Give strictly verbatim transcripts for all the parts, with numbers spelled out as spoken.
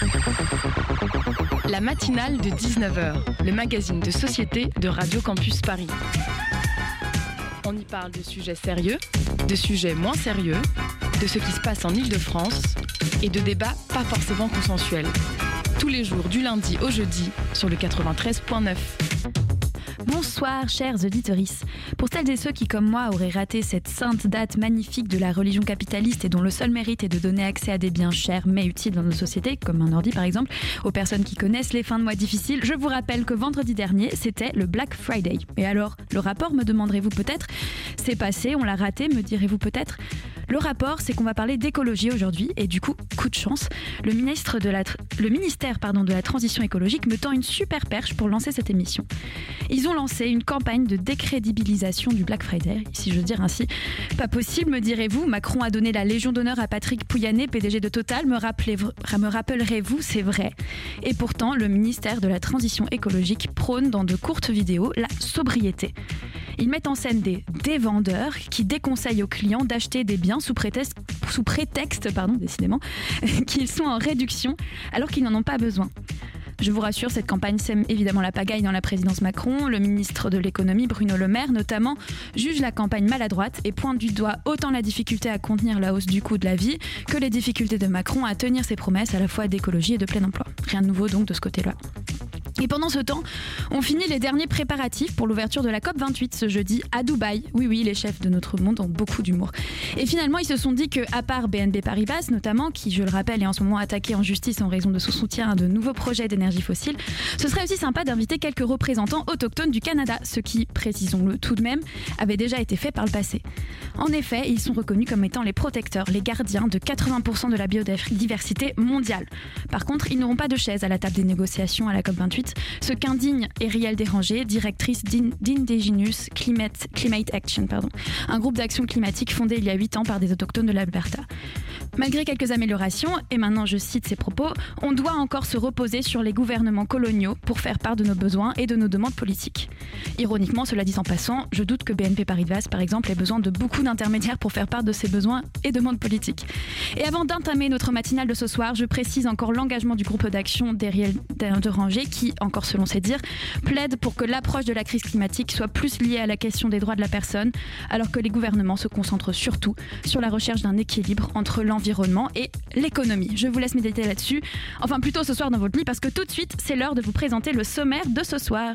La matinale de dix-neuf heures, le magazine de société de Radio Campus Paris. On y parle de sujets sérieux, de sujets moins sérieux, de ce qui se passe en Île-de-France et de débats pas forcément consensuels. Tous les jours du lundi au jeudi sur le quatre-vingt-treize virgule neuf. Bonsoir chers auditorices. Pour celles et ceux qui comme moi auraient raté cette sainte date magnifique de la religion capitaliste et dont le seul mérite est de donner accès à des biens chers mais utiles dans nos sociétés, comme un ordi par exemple, aux personnes qui connaissent les fins de mois difficiles, je vous rappelle que vendredi dernier c'était le Black Friday. Et alors, le rapport, me demanderez-vous peut-être? C'est passé, on l'a raté, me direz-vous peut-être? Le rapport, c'est qu'on va parler d'écologie aujourd'hui et du coup, coup de chance, le, ministre de la, le ministère pardon, de la Transition écologique me tend une super perche pour lancer cette émission. Ils ont lancé une campagne de décrédibilisation du Black Friday, si je veux dire ainsi. Pas possible, me direz-vous, Macron a donné la Légion d'honneur à Patrick Pouyanné, P D G de Total, me, rappelez, me rappellerez-vous, c'est vrai. Et pourtant, le ministère de la Transition écologique prône dans de courtes vidéos la sobriété. Ils mettent en scène des dévendeurs qui déconseillent aux clients d'acheter des biens sous prétexte, sous prétexte pardon, décidément, qu'ils sont en réduction alors qu'ils n'en ont pas besoin. Je vous rassure, cette campagne sème évidemment la pagaille dans la présidence Macron. Le ministre de l'économie, Bruno Le Maire notamment, juge la campagne maladroite et pointe du doigt autant la difficulté à contenir la hausse du coût de la vie que les difficultés de Macron à tenir ses promesses à la fois d'écologie et de plein emploi. Rien de nouveau donc de ce côté-là. Et pendant ce temps, on finit les derniers préparatifs pour l'ouverture de la COP vingt-huit ce jeudi à Dubaï. Oui, oui, les chefs de notre monde ont beaucoup d'humour. Et finalement, ils se sont dit que, à part B N P Paribas notamment, qui, je le rappelle, est en ce moment attaqué en justice en raison de son soutien à de nouveaux projets d'énergie fossile, ce serait aussi sympa d'inviter quelques représentants autochtones du Canada, ce qui, précisons-le tout de même, avait déjà été fait par le passé. En effet, ils sont reconnus comme étant les protecteurs, les gardiens de quatre-vingts pour cent de la biodiversité mondiale. Par contre, ils n'auront pas de chaise à la table des négociations à la COP vingt-huit, ce qu'indigne Erielle Déranger, directrice d'Indigenous Climate, Climate Action, pardon, un groupe d'action climatique fondé il y a huit ans par des autochtones de l'Alberta. Malgré quelques améliorations, et maintenant je cite ses propos, on doit encore se reposer sur les gouvernements coloniaux pour faire part de nos besoins et de nos demandes politiques. Ironiquement, cela dit en passant, je doute que B N P Paribas, par exemple, ait besoin de beaucoup d'intermédiaires pour faire part de ses besoins et demandes politiques. Et avant d'entamer notre matinale de ce soir, je précise encore l'engagement du groupe d'action d'Erielle Déranger qui, encore selon ses dires, plaide pour que l'approche de la crise climatique soit plus liée à la question des droits de la personne, alors que les gouvernements se concentrent surtout sur la recherche d'un équilibre entre l'environnement et l'économie. Je vous laisse méditer là-dessus, enfin plutôt ce soir dans votre lit, parce que tout de suite, c'est l'heure de vous présenter le sommaire de ce soir.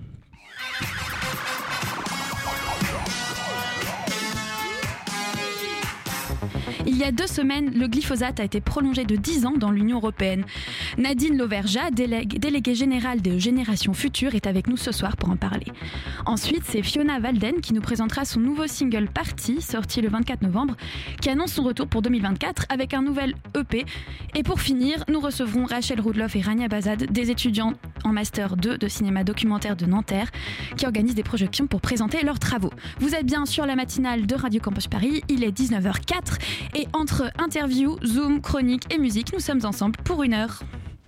Il y a deux semaines, le glyphosate a été prolongé de dix ans dans l'Union européenne. Nadine Lauvergeat, délég- déléguée générale de Génération Future, est avec nous ce soir pour en parler. Ensuite, c'est Fiona Walden qui nous présentera son nouveau single Party, sorti le vingt-quatre novembre, qui annonce son retour pour deux mille vingt-quatre avec un nouvel E P. Et pour finir, nous recevrons Rachel Roudloff et Rania Bazad, des étudiants en Master deux de cinéma documentaire de Nanterre, qui organisent des projections pour présenter leurs travaux. Vous êtes bien sur la matinale de Radio Campus Paris, il est dix-neuf heures quatre. Et entre interviews, Zoom, chroniques et musique, nous sommes ensemble pour une heure.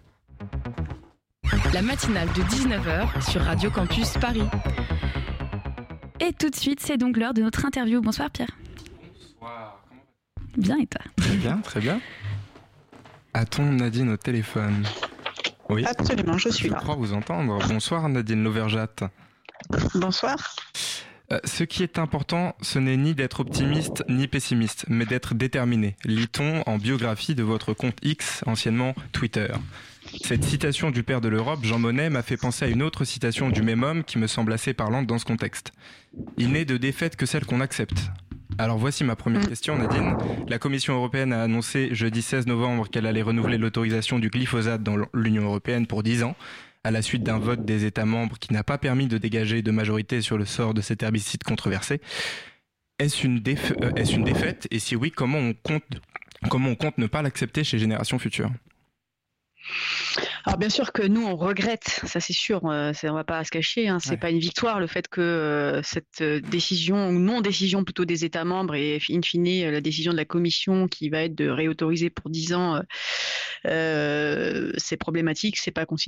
La matinale de dix-neuf heures sur Radio Campus Paris. Et tout de suite, c'est donc l'heure de notre interview. Bonsoir Pierre. Bonsoir. Comment vas-tu ? Bien et toi ? Très bien, très bien. A-t-on Nadine au téléphone ? Oui. Absolument, je suis je là. Je crois vous entendre. Bonsoir Nadine Lauvergeat. Bonsoir. Euh, ce qui est important, ce n'est ni d'être optimiste ni pessimiste, mais d'être déterminé. Lit-on en biographie de votre compte X, anciennement Twitter. Cette citation du père de l'Europe, Jean Monnet, m'a fait penser à une autre citation du même homme qui me semble assez parlante dans ce contexte. Il n'est de défaite que celle qu'on accepte. Alors voici ma première question, Nadine. La Commission européenne a annoncé jeudi seize novembre qu'elle allait renouveler l'autorisation du glyphosate dans l'Union européenne pour dix ans, à la suite d'un vote des États membres qui n'a pas permis de dégager de majorité sur le sort de cet herbicide controversé. Est-ce une, déf- euh, est-ce une défaite ? Et si oui, comment on compte, comment on compte ne pas l'accepter chez Génération Future ? Alors bien sûr que nous on regrette, ça c'est sûr, euh, c'est, on va pas se cacher, hein, c'est ouais. pas une victoire le fait que euh, cette décision ou non décision plutôt des États membres et in fine la décision de la Commission qui va être de réautoriser pour dix ans, euh, c'est problématique, c'est pas considéré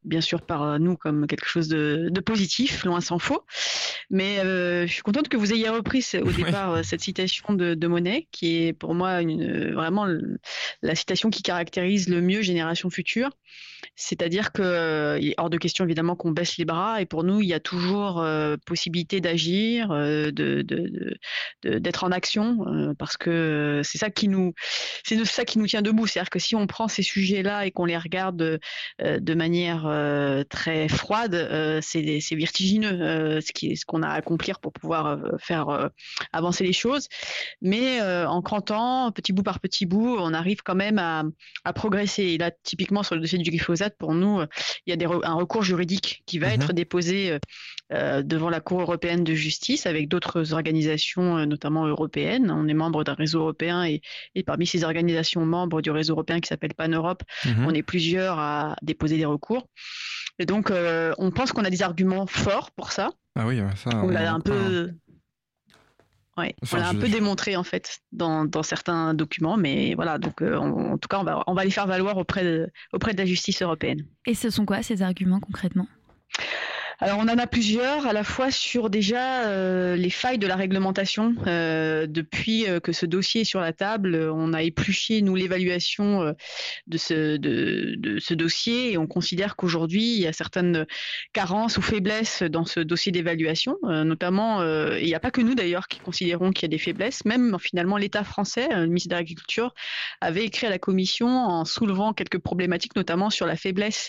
bien sûr par nous comme quelque chose de, de positif, loin s'en faut. Mais euh, je suis contente que vous ayez repris au départ oui. cette citation de, de Monnet, qui est pour moi une, vraiment la citation qui caractérise le mieux Génération Future. C'est-à-dire qu'il est hors de question évidemment qu'on baisse les bras, et pour nous il y a toujours euh, possibilité d'agir, euh, de, de, de, d'être en action, euh, parce que c'est ça qui nous, c'est ça qui nous tient debout. C'est-à-dire que si on prend ces sujets-là et qu'on les regarde euh, de manière euh, très froide, euh, c'est, c'est vertigineux euh, ce, qui, ce qu'on a à accomplir pour pouvoir euh, faire euh, avancer les choses. Mais euh, en crantant, petit bout par petit bout, on arrive quand même à, à progresser. Et là, typiquement sur le dossier du glyphosate, pour nous, il y a des re- un recours juridique qui va mmh. être déposé euh, devant la Cour européenne de justice avec d'autres organisations, euh, notamment européennes. On est membre d'un réseau européen et, et parmi ces organisations membres du réseau européen qui s'appelle Pan-Europe, mmh. on est plusieurs à déposer des recours. Et donc, euh, on pense qu'on a des arguments forts pour ça. Ah oui, ça, on, on l'a un peu... Hein. Ouais, enfin, on l'a un je... peu démontré en fait dans, dans certains documents, mais voilà, donc euh, on, en tout cas on va, on va les faire valoir auprès de, auprès de la justice européenne. Et ce sont quoi ces arguments concrètement ? Alors on en a plusieurs, à la fois sur déjà euh, les failles de la réglementation. Euh, depuis euh, que ce dossier est sur la table, on a épluché nous l'évaluation euh, de, ce, de, de ce dossier et on considère qu'aujourd'hui il y a certaines carences ou faiblesses dans ce dossier d'évaluation, euh, notamment, euh, et il n'y a pas que nous d'ailleurs qui considérons qu'il y a des faiblesses, même finalement l'État français, le ministre de l'Agriculture, avait écrit à la Commission en soulevant quelques problématiques, notamment sur la faiblesse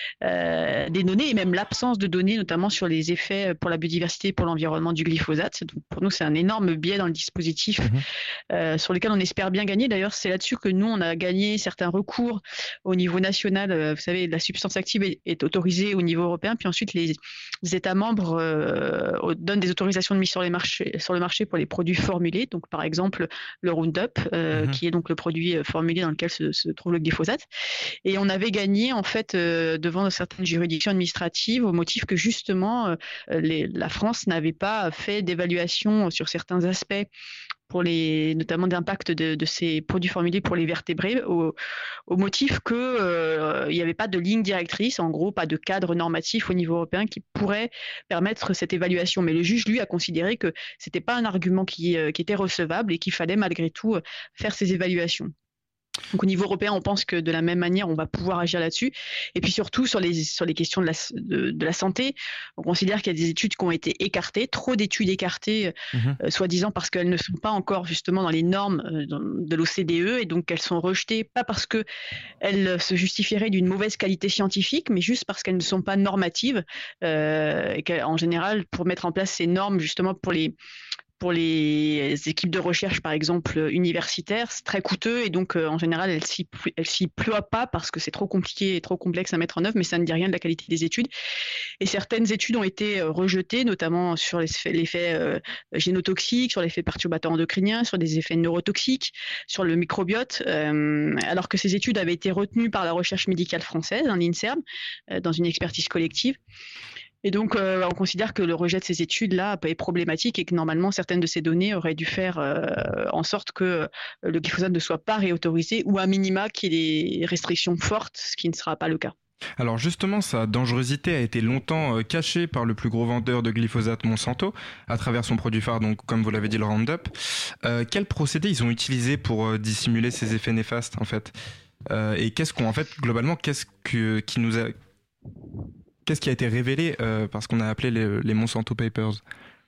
euh, des données et même l'absence de données, notamment sur les effets pour la biodiversité et pour l'environnement du glyphosate. Donc pour nous, c'est un énorme biais dans le dispositif mmh. euh, sur lequel on espère bien gagner. D'ailleurs, c'est là-dessus que nous, on a gagné certains recours au niveau national. Euh, vous savez, la substance active est, est autorisée au niveau européen, puis ensuite les, les États membres euh, donnent des autorisations de mise sur, les marchés, sur le marché pour les produits formulés. Donc par exemple, le Roundup, euh, mmh. qui est donc le produit formulé dans lequel se, se trouve le glyphosate. Et on avait gagné en fait euh, devant certaines juridictions administratives au motif que justement euh, les, la France n'avait pas fait d'évaluation sur certains aspects pour les, notamment d'impact de, de ces produits formulés pour les vertébrés, au, au motif qu'il euh, n'y avait pas de ligne directrice, en gros pas de cadre normatif au niveau européen qui pourrait permettre cette évaluation. Mais le juge, lui, a considéré que ce n'était pas un argument qui, euh, qui était recevable et qu'il fallait malgré tout faire ces évaluations. Donc au niveau européen, on pense que de la même manière, on va pouvoir agir là-dessus. Et puis surtout sur les, sur les questions de la, de, de la santé, on considère qu'il y a des études qui ont été écartées, trop d'études écartées, mmh. euh, soi-disant parce qu'elles ne sont pas encore justement dans les normes euh, de l'O C D E et donc elles sont rejetées, pas parce qu'elles se justifieraient d'une mauvaise qualité scientifique, mais juste parce qu'elles ne sont pas normatives. Euh, et qu'en général, pour mettre en place ces normes justement pour les... Pour les équipes de recherche, par exemple, universitaires, c'est très coûteux et donc, euh, en général, elles s'y, elles s'y ploient pas parce que c'est trop compliqué et trop complexe à mettre en œuvre, mais ça ne dit rien de la qualité des études. Et certaines études ont été rejetées, notamment sur l'effet, l'effet euh, génotoxique, sur l'effet perturbateur endocrinien, sur des effets neurotoxiques, sur le microbiote, euh, alors que ces études avaient été retenues par la recherche médicale française, hein, l'INSERM, euh, dans une expertise collective. Et donc, euh, on considère que le rejet de ces études-là est problématique et que normalement, certaines de ces données auraient dû faire euh, en sorte que le glyphosate ne soit pas réautorisé ou à minima qu'il y ait des restrictions fortes, ce qui ne sera pas le cas. Alors justement, sa dangerosité a été longtemps euh, cachée par le plus gros vendeur de glyphosate, Monsanto, à travers son produit phare, donc comme vous l'avez dit, le Roundup. Euh, quel procédé ils ont utilisé pour euh, dissimuler ces effets néfastes, en fait euh, Et qu'est-ce qu'on, en fait, globalement, qu'est-ce que, qui nous a... Qu'est-ce qui a été révélé euh, par ce qu'on a appelé les, les Monsanto Papers ?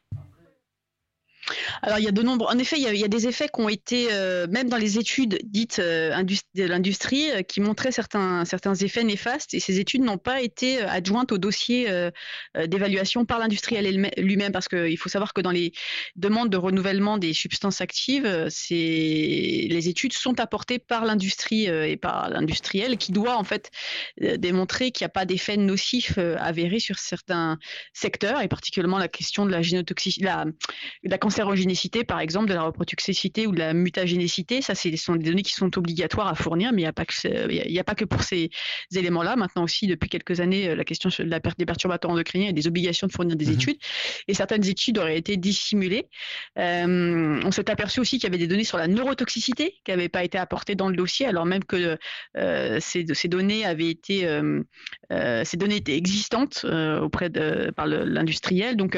Alors, il y a de nombreux. En effet, il y a, il y a des effets qui ont été, euh, même dans les études dites euh, industri- de l'industrie, euh, qui montraient certains, certains effets néfastes. Et ces études n'ont pas été adjointes au dossier euh, d'évaluation par l'industriel lui-même, parce qu'il faut savoir que dans les demandes de renouvellement des substances actives, c'est... les études sont apportées par l'industrie euh, et par l'industriel, qui doit en fait euh, démontrer qu'il n'y a pas d'effet nocif euh, avéré sur certains secteurs, et particulièrement la question de la génotoxicité, la, la cancérogénicité l'immunogénicité, par exemple, de la reprotoxicité ou de la mutagénicité. Ça, ce sont des données qui sont obligatoires à fournir, mais il n'y a pas que, il n'y a pas que pour ces éléments-là. Maintenant aussi, depuis quelques années, la question de la perte des perturbateurs endocriniens et des obligations de fournir des mmh. études. Et certaines études auraient été dissimulées. Euh, on s'est aperçu aussi qu'il y avait des données sur la neurotoxicité qui n'avaient pas été apportées dans le dossier, alors même que euh, ces, ces données avaient été, euh, euh, ces données étaient existantes euh, auprès de par le, l'industriel. Donc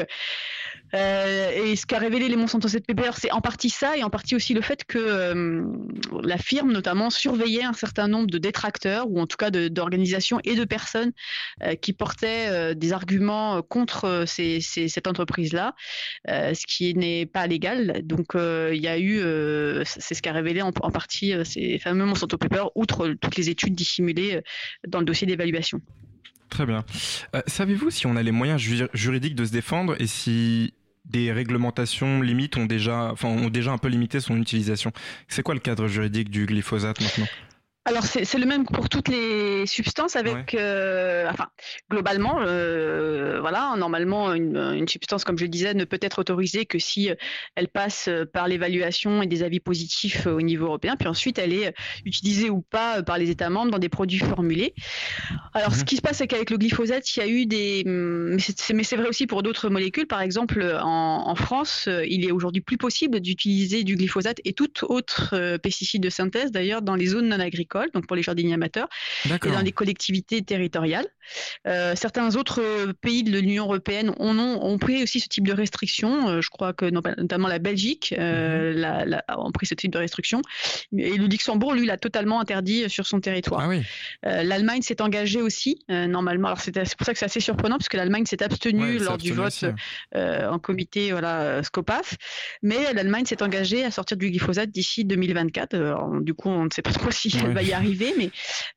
Euh, et ce qu'a révélé les Monsanto sept Papers, c'est en partie ça et en partie aussi le fait que euh, la firme notamment surveillait un certain nombre de détracteurs ou en tout cas de, d'organisations et de personnes euh, qui portaient euh, des arguments contre ces, ces, cette entreprise-là, euh, ce qui n'est pas légal. Donc euh, il y a eu, euh, c'est ce qu'a révélé en, en partie euh, ces fameux Monsanto Papers, outre toutes les études dissimulées euh, dans le dossier d'évaluation. Très bien. Euh, savez-vous si on a les moyens ju- juridiques de se défendre et si des réglementations limites ont déjà, enfin, ont déjà un peu limité son utilisation? C'est quoi le cadre juridique du glyphosate maintenant ? Alors c'est, c'est le même pour toutes les substances avec, ouais. euh, enfin globalement, euh, voilà, normalement une, une substance comme je disais ne peut être autorisée que si elle passe par l'évaluation et des avis positifs au niveau européen, puis ensuite elle est utilisée ou pas par les États membres dans des produits formulés. Alors mmh. ce qui se passe c'est qu'avec le glyphosate, il y a eu des, mais c'est, mais c'est vrai aussi pour d'autres molécules. Par exemple en, en France, il est aujourd'hui plus possible d'utiliser du glyphosate et tout autre pesticide de synthèse d'ailleurs dans les zones non agricoles, donc pour les jardiniers amateurs, D'accord. et dans les collectivités territoriales. Euh, certains autres pays de l'Union européenne ont, ont pris aussi ce type de restrictions. Euh, je crois que notamment la Belgique euh, mm-hmm. la, la, a pris ce type de restrictions. Et le Luxembourg, lui, l'a totalement interdit sur son territoire. Ah oui. euh, L'Allemagne s'est engagée aussi, euh, normalement. Alors c'est, c'est pour ça que c'est assez surprenant, parce que l'Allemagne s'est abstenue ouais, lors du vote aussi, euh, en comité voilà, SCOPAF. Mais l'Allemagne s'est engagée à sortir du glyphosate d'ici deux mille vingt-quatre. Alors, du coup, on ne sait pas trop si ouais. elle va y arriver, mais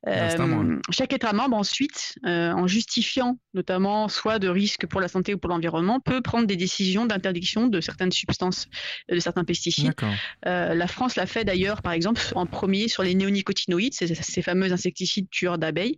euh, chaque État membre ensuite, euh, en justifiant notamment soit de risques pour la santé ou pour l'environnement, peut prendre des décisions d'interdiction de certaines substances, de certains pesticides. Euh, la France l'a fait d'ailleurs, par exemple, en premier sur les néonicotinoïdes, ces, ces fameux insecticides tueurs d'abeilles.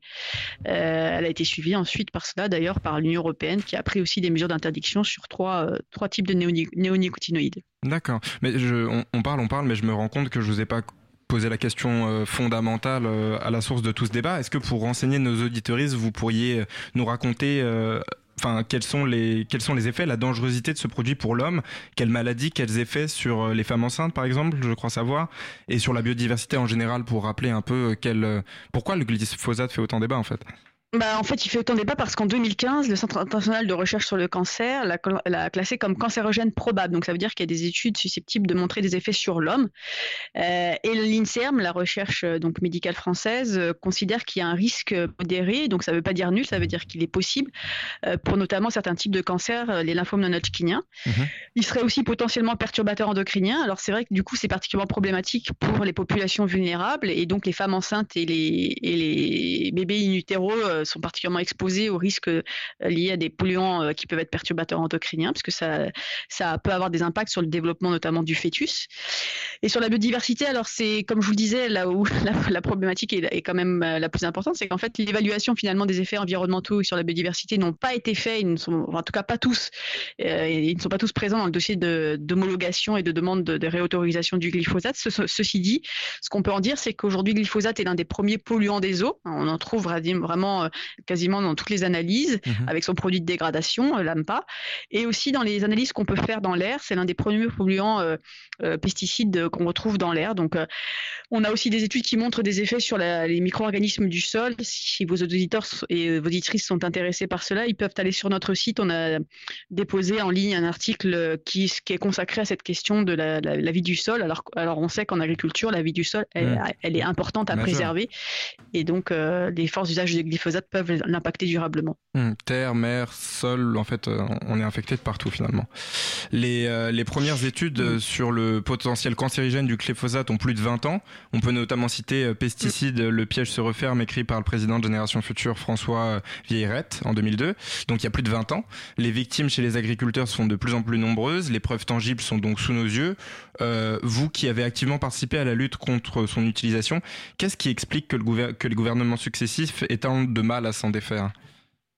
Euh, elle a été suivie ensuite par cela d'ailleurs par l'Union européenne qui a pris aussi des mesures d'interdiction sur trois, euh, trois types de néoni- néonicotinoïdes. D'accord. Mais je, on, on parle, on parle, mais je me rends compte que je vous ai pas poser la question euh, fondamentale euh, à la source de tout ce débat. Est-ce que pour renseigner nos auditeuristes, vous pourriez nous raconter euh, enfin, quels sont les, quels sont les effets, la dangerosité de ce produit pour l'homme, quelles maladies, quels effets sur les femmes enceintes par exemple, je crois savoir, et sur la biodiversité en général, pour rappeler un peu quel, pourquoi le glyphosate fait autant débat en fait? Bah, en fait, il fait autant débat parce qu'en deux mille quinze, le Centre international de recherche sur le cancer l'a, l'a classé comme cancérogène probable. Donc, ça veut dire qu'il y a des études susceptibles de montrer des effets sur l'homme. Euh, et l'INSERM, la recherche donc médicale française, euh, considère qu'il y a un risque modéré. Donc, ça ne veut pas dire nul, ça veut dire qu'il est possible euh, pour notamment certains types de cancers, euh, les lymphomes non-Hodgkiniens. Mmh. Il serait aussi potentiellement perturbateur endocrinien. Alors, c'est vrai que du coup, c'est particulièrement problématique pour les populations vulnérables et donc les femmes enceintes et les, et les bébés in utero euh, sont particulièrement exposés aux risques liés à des polluants qui peuvent être perturbateurs endocriniens, parce que ça, ça peut avoir des impacts sur le développement notamment du fœtus. Et sur la biodiversité, alors c'est, comme je vous le disais, là où la, la problématique est, est quand même la plus importante, c'est qu'en fait, l'évaluation finalement des effets environnementaux sur la biodiversité n'ont pas été faits, ils ne sont, en tout cas pas tous, euh, ils ne sont pas tous présents dans le dossier de, d'homologation et de demande de, de réautorisation du glyphosate. Ce, ceci dit, ce qu'on peut en dire, c'est qu'aujourd'hui, le glyphosate est l'un des premiers polluants des eaux. On en trouve vraiment quasiment dans toutes les analyses, mmh. avec son produit de dégradation, l'A M P A, et aussi dans les analyses qu'on peut faire dans l'air. C'est l'un des premiers polluants euh, euh, pesticides qu'on retrouve dans l'air. Donc, euh, on a aussi des études qui montrent des effets sur la, les micro-organismes du sol. Si vos auditeurs et vos auditrices sont intéressés par cela, ils peuvent aller sur notre site. On a déposé en ligne un article qui, qui est consacré à cette question de la, la, la vie du sol. Alors, alors, on sait qu'en agriculture, la vie du sol, elle, mmh. elle est importante à Majeur. préserver. Et donc, euh, les forts usages du glyphosate peuvent l'impacter durablement. Mmh, terre, mer, sol, en fait, euh, on est infecté de partout finalement. Les, euh, les premières études mmh. sur le potentiel cancérigène du glyphosate ont plus de vingt ans. On peut notamment citer euh, Pesticides, mmh. le piège se referme, écrit par le président de Génération Future, François Vieilleret, en deux mille deux. Donc il y a plus de vingt ans. Les victimes chez les agriculteurs sont de plus en plus nombreuses. Les preuves tangibles sont donc sous nos yeux. Euh, vous qui avez activement participé à la lutte contre son utilisation, qu'est-ce qui explique que, le gouver- que les gouvernements successifs aient tant de mal à s'en défaire, selon vous ?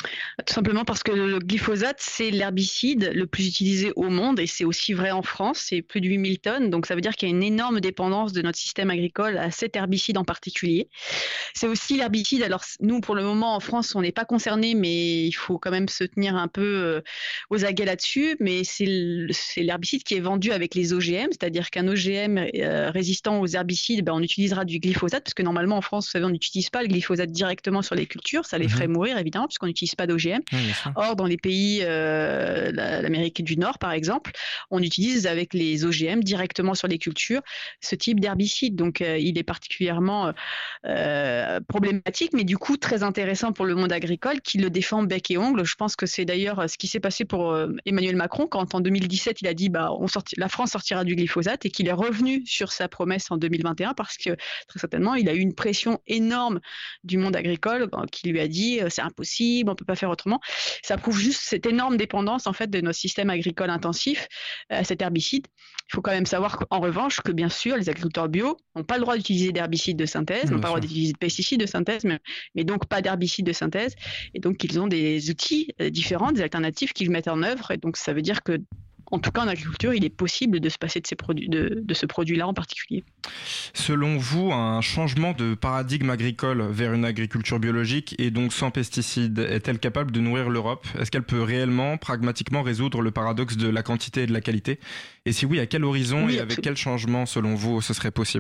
Tout simplement parce que le glyphosate, c'est l'herbicide le plus utilisé au monde et c'est aussi vrai en France, c'est plus de huit mille tonnes, donc ça veut dire qu'il y a une énorme dépendance de notre système agricole à cet herbicide en particulier. C'est aussi l'herbicide, alors nous pour le moment en France on n'est pas concerné, mais il faut quand même se tenir un peu aux aguets là-dessus, mais c'est l'herbicide qui est vendu avec les O G M, c'est-à-dire qu'un O G M euh, résistant aux herbicides, ben, on utilisera du glyphosate, parce que normalement en France, vous savez, on n'utilise pas le glyphosate directement sur les cultures, ça les ferait mmh. mourir évidemment, puisqu'on n'utilise pas d'O G M. Oui, Or, dans les pays, euh, l'Amérique du Nord par exemple, on utilise avec les O G M directement sur les cultures ce type d'herbicide. Donc, euh, il est particulièrement euh, problématique, mais du coup très intéressant pour le monde agricole qui le défend bec et ongle. Je pense que c'est d'ailleurs ce qui s'est passé pour euh, Emmanuel Macron quand en deux mille dix-sept il a dit bah, on sorti, la France sortira du glyphosate et qu'il est revenu sur sa promesse en deux mille vingt et un parce que très certainement il a eu une pression énorme du monde agricole qui lui a dit euh, c'est impossible, on peut pas faire autrement. Ça prouve juste cette énorme dépendance en fait de notre système agricole intensif à cet herbicide. Il faut quand même savoir en revanche que bien sûr les agriculteurs bio n'ont pas le droit d'utiliser d'herbicides de synthèse, n'ont pas le droit d'utiliser de pesticides de synthèse, mais, mais donc pas d'herbicides de synthèse. Et donc ils ont des outils euh, différents, des alternatives qu'ils mettent en œuvre. Et donc ça veut dire que en tout cas, en agriculture, il est possible de se passer de, ces produits, de, de ce produit-là en particulier. Selon vous, un changement de paradigme agricole vers une agriculture biologique et donc sans pesticides est-elle capable de nourrir l'Europe ? Est-ce qu'elle peut réellement, pragmatiquement résoudre le paradoxe de la quantité et de la qualité ? Et si oui, à quel horizon oui, et avec quel changement, selon vous, ce serait possible ?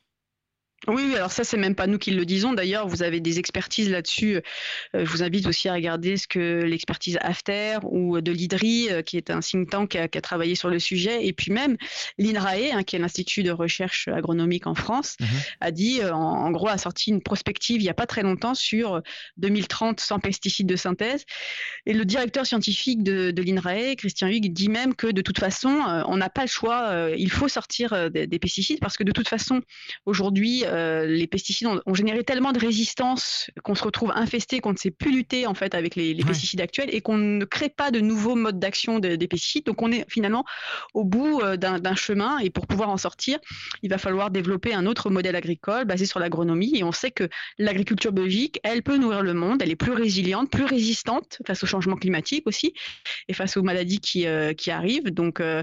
Oui, oui, alors ça, c'est même pas nous qui le disons. D'ailleurs, vous avez des expertises là-dessus. Euh, je vous invite aussi à regarder ce que l'expertise AFTER ou de l'I D R I, euh, qui est un think tank qui a, qui a travaillé sur le sujet, et puis même l'INRAE, hein, qui est l'Institut de recherche agronomique en France, mmh. a dit, euh, en, en gros, a sorti une prospective il y a pas très longtemps sur deux mille trente sans pesticides de synthèse. Et le directeur scientifique de, de l'INRAE, Christian Huyghe, dit même que de toute façon, euh, on n'a pas le choix. Euh, il faut sortir euh, des, des pesticides parce que de toute façon, aujourd'hui, Euh, les pesticides ont, ont généré tellement de résistance qu'on se retrouve infesté, qu'on ne sait plus lutter en fait avec les, les ouais. pesticides actuels et qu'on ne crée pas de nouveaux modes d'action de, des pesticides. Donc on est finalement au bout euh, d'un, d'un chemin et pour pouvoir en sortir, il va falloir développer un autre modèle agricole basé sur l'agronomie et on sait que l'agriculture biologique, elle peut nourrir le monde, elle est plus résiliente, plus résistante face au changement climatique aussi et face aux maladies qui, euh, qui arrivent. Donc euh,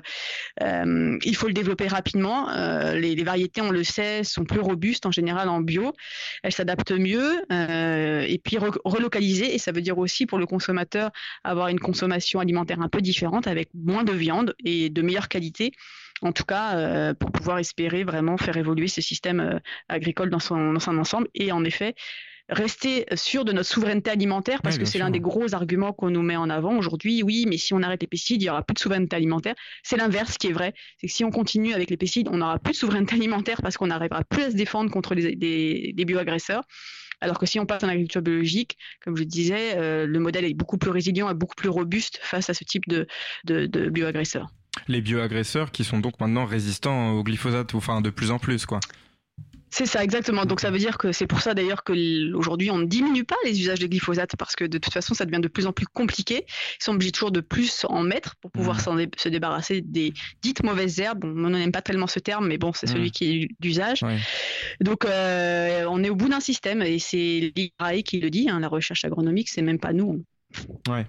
euh, il faut le développer rapidement. Euh, les, les variétés, on le sait, sont plus robustes en général en bio, elles s'adaptent mieux euh, et puis re- relocaliser et ça veut dire aussi pour le consommateur avoir une consommation alimentaire un peu différente avec moins de viande et de meilleure qualité en tout cas euh, pour pouvoir espérer vraiment faire évoluer ce système euh, agricole dans son, dans son ensemble et en effet rester sûr de notre souveraineté alimentaire parce oui, que c'est sûr. L'un des gros arguments qu'on nous met en avant aujourd'hui. Oui, mais si on arrête les pesticides, il n'y aura plus de souveraineté alimentaire. C'est l'inverse qui est vrai. C'est que si on continue avec les pesticides, on n'aura plus de souveraineté alimentaire parce qu'on n'arrivera plus à se défendre contre les, des, des bioagresseurs. Alors que si on passe en agriculture biologique, comme je disais, euh, le modèle est beaucoup plus résilient et beaucoup plus robuste face à ce type de, de, de bioagresseurs. Les bioagresseurs qui sont donc maintenant résistants au glyphosate, enfin de plus en plus, quoi. C'est ça, exactement. Donc ça veut dire que c'est pour ça d'ailleurs qu'aujourd'hui on ne diminue pas les usages de glyphosate parce que de toute façon ça devient de plus en plus compliqué. Ils sont obligés toujours de plus en mettre pour pouvoir mmh. s'en dé- se débarrasser des dites mauvaises herbes. Bon, on n'aime pas tellement ce terme, mais bon, c'est mmh. celui qui est d'usage. Ouais. Donc euh, on est au bout d'un système et c'est l'I R A E qui le dit, hein, la recherche agronomique, c'est même pas nous. Ouais.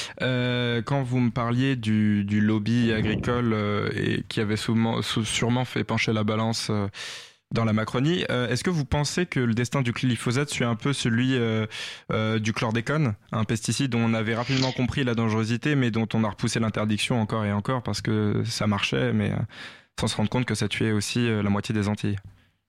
Euh, quand vous me parliez du, du lobby agricole euh, et qui avait sûrement, sûrement fait pencher la balance euh, dans la Macronie, euh, est-ce que vous pensez que le destin du glyphosate suit un peu celui euh, euh, du chlordécone, un pesticide dont on avait rapidement compris la dangerosité, mais dont on a repoussé l'interdiction encore et encore parce que ça marchait, mais euh, sans se rendre compte que ça tuait aussi euh, la moitié des Antilles?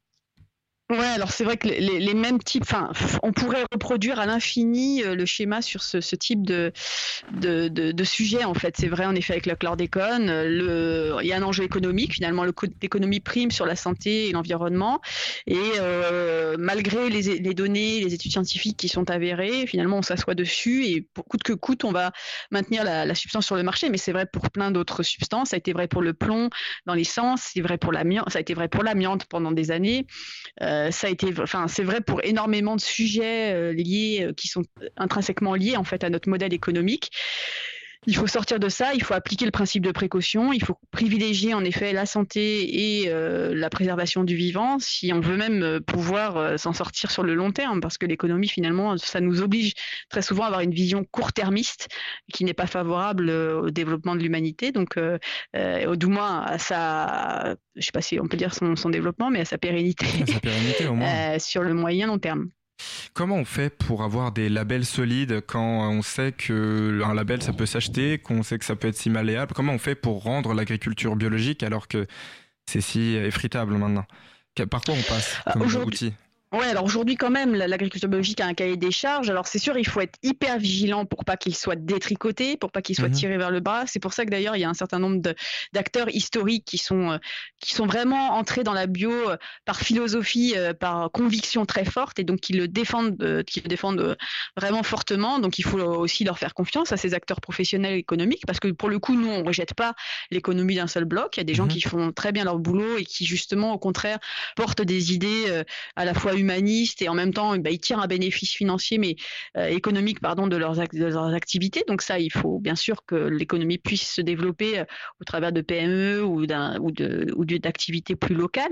Ouais, alors c'est vrai que les, les mêmes types, enfin, on pourrait reproduire à l'infini le schéma sur ce, ce type de, de, de, de sujet, en fait. C'est vrai, en effet, avec le chlordécone, le, il y a un enjeu économique, finalement, le coût d'économie prime sur la santé et l'environnement. Et euh, malgré les, les données, les études scientifiques qui sont avérées, finalement, on s'assoit dessus et pour coûte que coûte, on va maintenir la, la substance sur le marché. Mais c'est vrai pour plein d'autres substances. Ça a été vrai pour le plomb dans l'essence, c'est vrai pour l'amiante, ça a été vrai pour l'amiante pendant des années. Euh, Ça a été, enfin, c'est vrai pour énormément de sujets euh, liés, euh, qui sont intrinsèquement liés en fait à notre modèle économique. Il faut sortir de ça, il faut appliquer le principe de précaution, il faut privilégier en effet la santé et euh, la préservation du vivant si on veut même pouvoir euh, s'en sortir sur le long terme, parce que l'économie finalement, ça nous oblige très souvent à avoir une vision court-termiste qui n'est pas favorable euh, au développement de l'humanité, donc euh, euh, du moins à sa, je sais pas si on peut dire son, son développement, mais à sa pérennité, à sa pérennité au moins. euh, sur le moyen long terme. Comment on fait pour avoir des labels solides quand on sait qu'un label ça peut s'acheter, qu'on sait que ça peut être si malléable? Comment on fait pour rendre l'agriculture biologique alors que c'est si effritable maintenant? Par quoi on passe comme outil? Ouais, alors aujourd'hui quand même, l'agriculture biologique a un cahier des charges. Alors c'est sûr, il faut être hyper vigilant pour pas qu'il soit détricoté, pour pas qu'il soit mmh. tiré vers le bas. C'est pour ça que d'ailleurs il y a un certain nombre de, d'acteurs historiques qui sont euh, qui sont vraiment entrés dans la bio euh, par philosophie, euh, par conviction très forte, et donc qui le défendent, euh, qui le défendent euh, vraiment fortement. Donc il faut aussi leur faire confiance à ces acteurs professionnels économiques, parce que pour le coup, nous on rejette pas l'économie d'un seul bloc. Il y a des mmh. gens qui font très bien leur boulot et qui justement au contraire portent des idées euh, à la fois humanistes et en même temps bah, ils tirent un bénéfice financier mais euh, économique pardon de leurs, de leurs activités. Donc ça, il faut bien sûr que l'économie puisse se développer euh, au travers de P M E ou, d'un, ou, de, ou de, d'activités plus locales.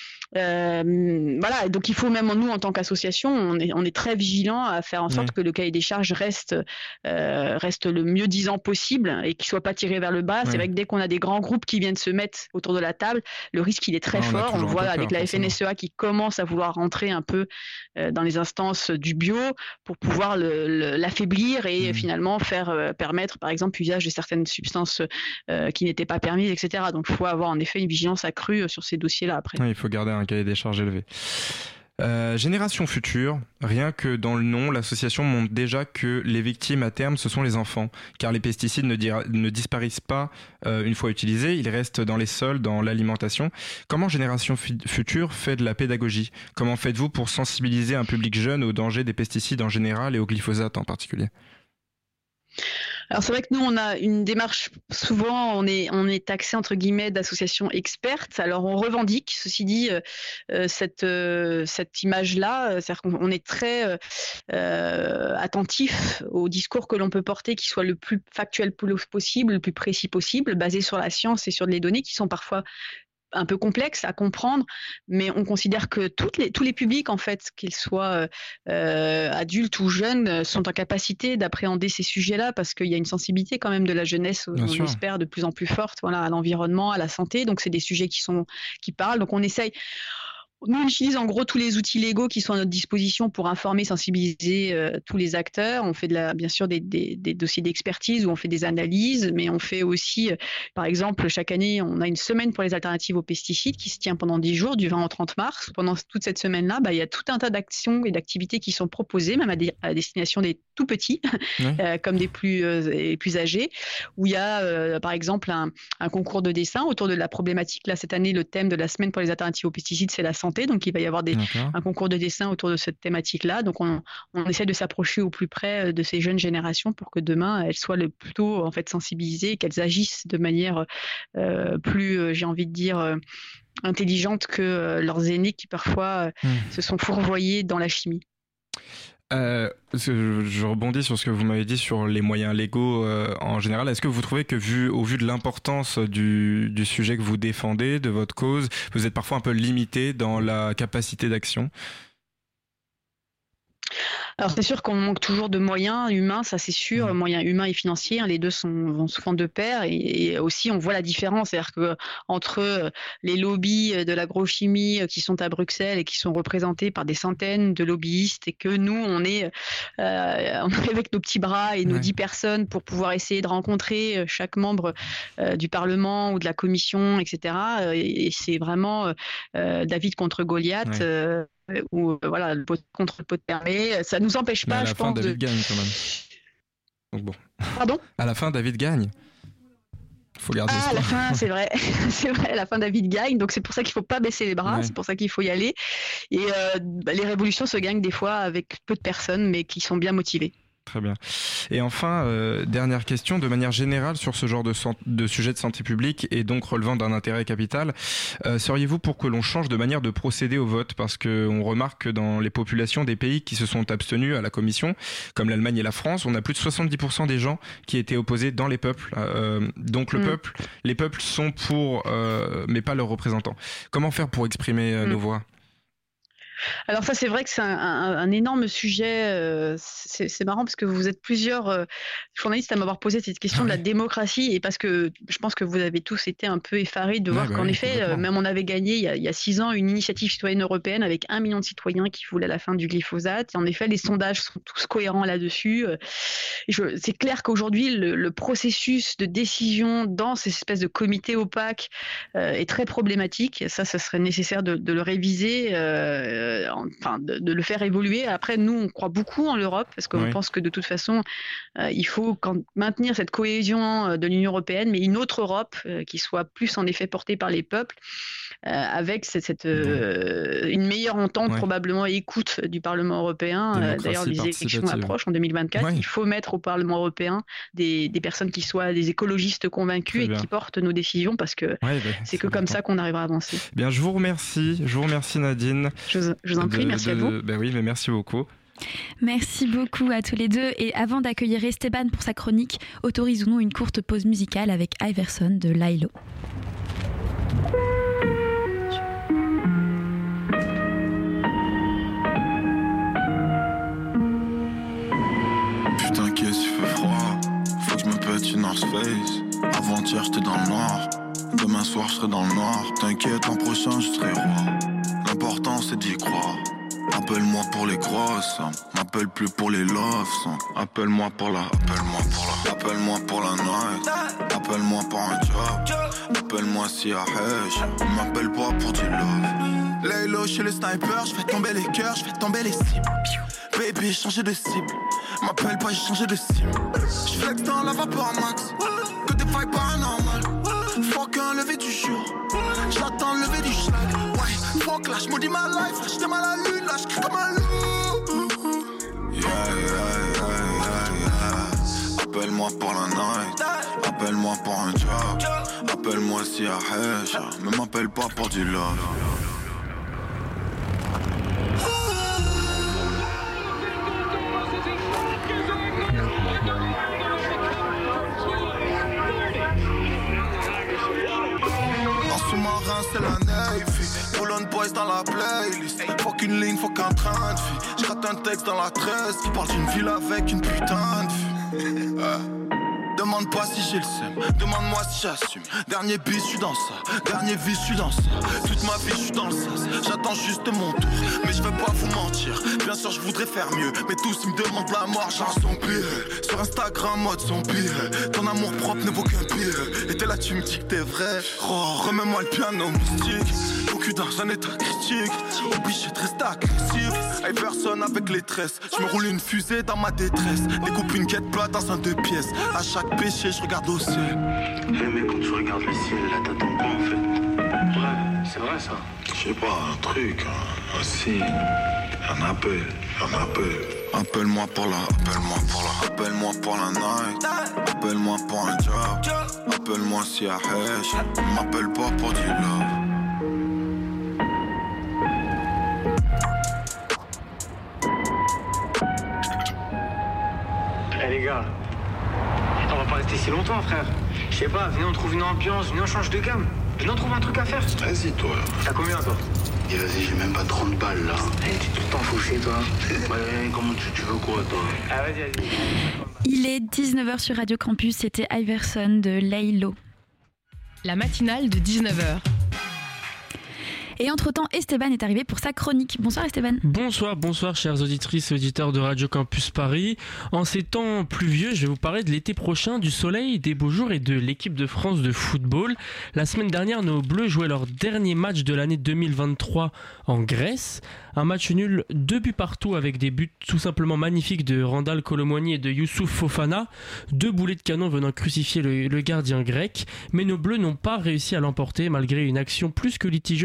Euh, voilà, donc il faut même nous en tant qu'association, on est, on est très vigilant à faire en sorte oui. que le cahier des charges reste, euh, reste le mieux disant possible et qu'il soit pas tiré vers le bas. Oui. C'est vrai que dès qu'on a des grands groupes qui viennent se mettre autour de la table, le risque il est très non, fort. On, on le voit avec peur, la F N S E A qui commence à vouloir rentrer un peu euh, dans les instances du bio pour pouvoir le, le, l'affaiblir et mmh. finalement faire euh, permettre par exemple l'usage de certaines substances euh, qui n'étaient pas permises, et cetera. Donc il faut avoir en effet une vigilance accrue sur ces dossiers-là après. Oui, il faut garder un un cahier des charges élevé. Euh, Génération Future, rien que dans le nom, l'association montre déjà que les victimes à terme, ce sont les enfants, car les pesticides ne, dira, ne disparaissent pas euh, une fois utilisés, ils restent dans les sols, dans l'alimentation. Comment Génération Future fait de la pédagogie? Comment faites-vous pour sensibiliser un public jeune aux dangers des pesticides en général et au glyphosate en particulier? Alors c'est vrai que nous on a une démarche, souvent on est on est taxé entre guillemets d'associations expertes. Alors on revendique, ceci dit, euh, cette euh, cette image-là, c'est-à-dire qu'on on est très euh, attentif au discours que l'on peut porter, qui soit le plus factuel possible, le plus précis possible, basé sur la science et sur les données qui sont parfois un peu complexe à comprendre, mais on considère que toutes les, tous les publics, en fait, qu'ils soient euh, adultes ou jeunes, sont en capacité d'appréhender ces sujets-là, parce qu'il y a une sensibilité quand même de la jeunesse, Bien on sûr. espère, de plus en plus forte, voilà, à l'environnement, à la santé. Donc c'est des sujets qui sont qui parlent. Donc on essaye. Nous, on utilise en gros tous les outils légaux qui sont à notre disposition pour informer, sensibiliser euh, tous les acteurs. On fait de la, bien sûr des, des, des dossiers d'expertise où on fait des analyses, mais on fait aussi, euh, par exemple, chaque année, on a une semaine pour les alternatives aux pesticides qui se tient pendant dix jours, du vingt au trente mars. Pendant toute cette semaine-là, bah, il y a tout un tas d'actions et d'activités qui sont proposées, même à, des, à destination des tout petits, oui. euh, comme des plus, euh, plus âgés, où il y a, euh, par exemple, un, un concours de dessin autour de la problématique. Là, cette année, le thème de la semaine pour les alternatives aux pesticides, c'est la santé. Donc, il va y avoir des, un concours de dessin autour de cette thématique-là. Donc, on, on essaie de s'approcher au plus près de ces jeunes générations pour que demain, elles soient le plus tôt en fait, sensibilisées, qu'elles agissent de manière euh, plus, euh, j'ai envie de dire, euh, intelligente que euh, leurs aînés qui parfois euh, mmh. se sont fourvoyés dans la chimie. Euh, je rebondis sur ce que vous m'avez dit sur les moyens légaux euh, en général. Est-ce que vous trouvez que vu, au vu de l'importance du, du sujet que vous défendez, de votre cause, vous êtes parfois un peu limité dans la capacité d'action ? Alors c'est sûr qu'on manque toujours de moyens humains, ça c'est sûr, moyens humains et financiers, hein, les deux sont, vont souvent de pair, et, et aussi on voit la différence, c'est-à-dire que entre les lobbies de l'agrochimie qui sont à Bruxelles et qui sont représentés par des centaines de lobbyistes, et que nous on est, euh, on est avec nos petits bras et nos ouais. dix personnes pour pouvoir essayer de rencontrer chaque membre euh, du Parlement ou de la Commission, et cetera. Et, et c'est vraiment euh, David contre Goliath. Ouais. Euh, ou voilà, le pot contre le pot de permet, ça nous empêche pas, Mais à la je fin, pense. David de... gagne quand même. Donc bon. Pardon ? À la fin, David gagne. Faut garder ah, à la fin, c'est vrai, c'est vrai. À la fin, David gagne, donc c'est pour ça qu'il faut pas baisser les bras, ouais. c'est pour ça qu'il faut y aller. Et euh, bah, les révolutions se gagnent des fois avec peu de personnes, mais qui sont bien motivées. Très bien. Et enfin, euh, dernière question, de manière générale sur ce genre de, san- de sujet de santé publique et donc relevant d'un intérêt capital, euh, seriez-vous pour que l'on change de manière de procéder au vote ? Parce qu'on remarque que dans les populations des pays qui se sont abstenus à la Commission, comme l'Allemagne et la France, on a plus de soixante-dix pour cent des gens qui étaient opposés dans les peuples. Euh, donc le mmh. peuple, les peuples sont pour, euh, mais pas leurs représentants. Comment faire pour exprimer euh, mmh. nos voix ? Alors ça, c'est vrai que c'est un, un, un énorme sujet. Euh, c'est, c'est marrant parce que vous êtes plusieurs euh, journalistes à m'avoir posé cette question de la démocratie, et parce que je pense que vous avez tous été un peu effarés de voir ouais, qu'en bah, effet, euh, même on avait gagné il y, a, il y a six ans une initiative citoyenne européenne avec un million de citoyens qui voulaient la fin du glyphosate. Et en effet, les sondages sont tous cohérents là-dessus. Je, c'est clair qu'aujourd'hui, le, le processus de décision dans ces espèces de comités opaques euh, est très problématique. Ça, ça serait nécessaire de, de le réviser. Euh, Enfin, de, de le faire évoluer. Après, nous, on croit beaucoup en l'Europe parce qu'on oui. pense que de toute façon, euh, il faut quand, maintenir cette cohésion de l'Union européenne, mais une autre Europe euh, qui soit plus en effet portée par les peuples, euh, avec cette, cette, euh, une meilleure entente ouais. probablement et écoute du Parlement européen. Euh, d'ailleurs, les élections approchent en deux mille vingt-quatre. Ouais. Il faut mettre au Parlement européen des, des personnes qui soient des écologistes convaincus et qui portent nos décisions, parce que ouais, bah, c'est que comme ça qu'on arrivera à avancer. Bien, je vous remercie. Je vous remercie, Nadine. Je vous, je vous en prie, de, merci de, à vous. Ben oui, mais merci beaucoup. Merci beaucoup à tous les deux. Et avant d'accueillir Esteban pour sa chronique, autorisons-nous une courte pause musicale avec Iverson de Lailo. Putain, qu'est-ce qu'il fait froid. Faut que je me pète une North Face. Avant-hier, j'étais dans le noir. Demain soir, je serai dans le noir. T'inquiète, l'an prochain, je serai roi. L'important, c'est d'y croire. Appelle-moi pour les grosses, m'appelle plus pour les loves. Appelle-moi pour la, appelle-moi pour la, appelle-moi pour la night. Appelle-moi pour un job. Appelle-moi si à Hesh. M'appelle pas pour du love. Laylo chez le sniper, je fais tomber les cœurs, je fais tomber les cibles. Baby, j'ai changé de cible. M'appelle pas, j'ai changé de cible. Je flex dans la vapeur max. Que des failles paranormales. Fuck un lever du jour. J'attends le lever du schlag. Ouais, fuck là, j'maudis ma life. J'étais mal à la lune, là, j'crie comme un loup. Yeah, yeah, yeah, yeah, yeah. Appelle-moi pour la night. Appelle-moi pour un job. Appelle-moi si à Hesh. Mais m'appelle pas pour du love. C'est la Navy, Pull on Boys dans la playlist. Fuck une ligne, fuck un train de vie. J'rate un texte dans la tresse qui parle d'une ville avec une putain de vie. Demande pas si j'ai le seum, demande-moi si j'assume. Dernier bis, je suis dans ça, dernier vis, je suis dans ça. Toute ma vie, je suis dans le sas, j'attends juste mon tour. Mais je vais pas vous mentir, bien sûr je voudrais faire mieux. Mais tous ils me demandent la mort, j'ai un zombie. Sur Instagram, mode zombie. Ton amour propre ne vaut qu'un pire. Et t'es là, tu me dis que t'es vrai. Oh, remets-moi le piano mystique. Au cul d'un état critique. Obligé de rester agressif. Hey, personne avec les tresses. Je me roule une fusée dans ma détresse. Découpe une quête plate dans un deux pièces. À chaque péché, je regarde au ciel. Eh hey, mais quand tu regardes le ciel, là t'attends quoi en fait? Ouais, c'est vrai ça. Je sais pas, un truc, un, un signe, un appel, un appel. Appelle-moi pour la, appelle-moi pour la, appelle-moi pour la night. Appelle-moi pour un job. Appelle-moi si à Hesh. M'appelle pas pour du love. Eh hey, les gars, on va pas rester si longtemps frère. Je sais pas, venez on trouve une ambiance, venez on change de gamme. Venez on trouve un truc à faire. Vas-y toi. T'as combien toi? Et vas-y, j'ai même pas trente balles là. Hey, tu tout le temps fauché toi. Ouais, comment tu, tu veux quoi toi? Ah vas-y, vas-y. Il est dix-neuf heures sur Radio Campus, c'était Iverson de Laylo. La matinale de dix-neuf heures. Et entre-temps, Esteban est arrivé pour sa chronique. Bonsoir Esteban. Bonsoir, bonsoir chères auditrices et auditeurs de Radio Campus Paris. En ces temps pluvieux, je vais vous parler de l'été prochain, du soleil, des beaux jours et de l'équipe de France de football. La semaine dernière, nos Bleus jouaient leur dernier match de l'année deux mille vingt-trois en Grèce. Un match nul, deux buts partout avec des buts tout simplement magnifiques de Randal Colomwani et de Youssouf Fofana. Deux boulets de canon venant crucifier le, le gardien grec. Mais nos Bleus n'ont pas réussi à l'emporter malgré une action plus que litigieuse à la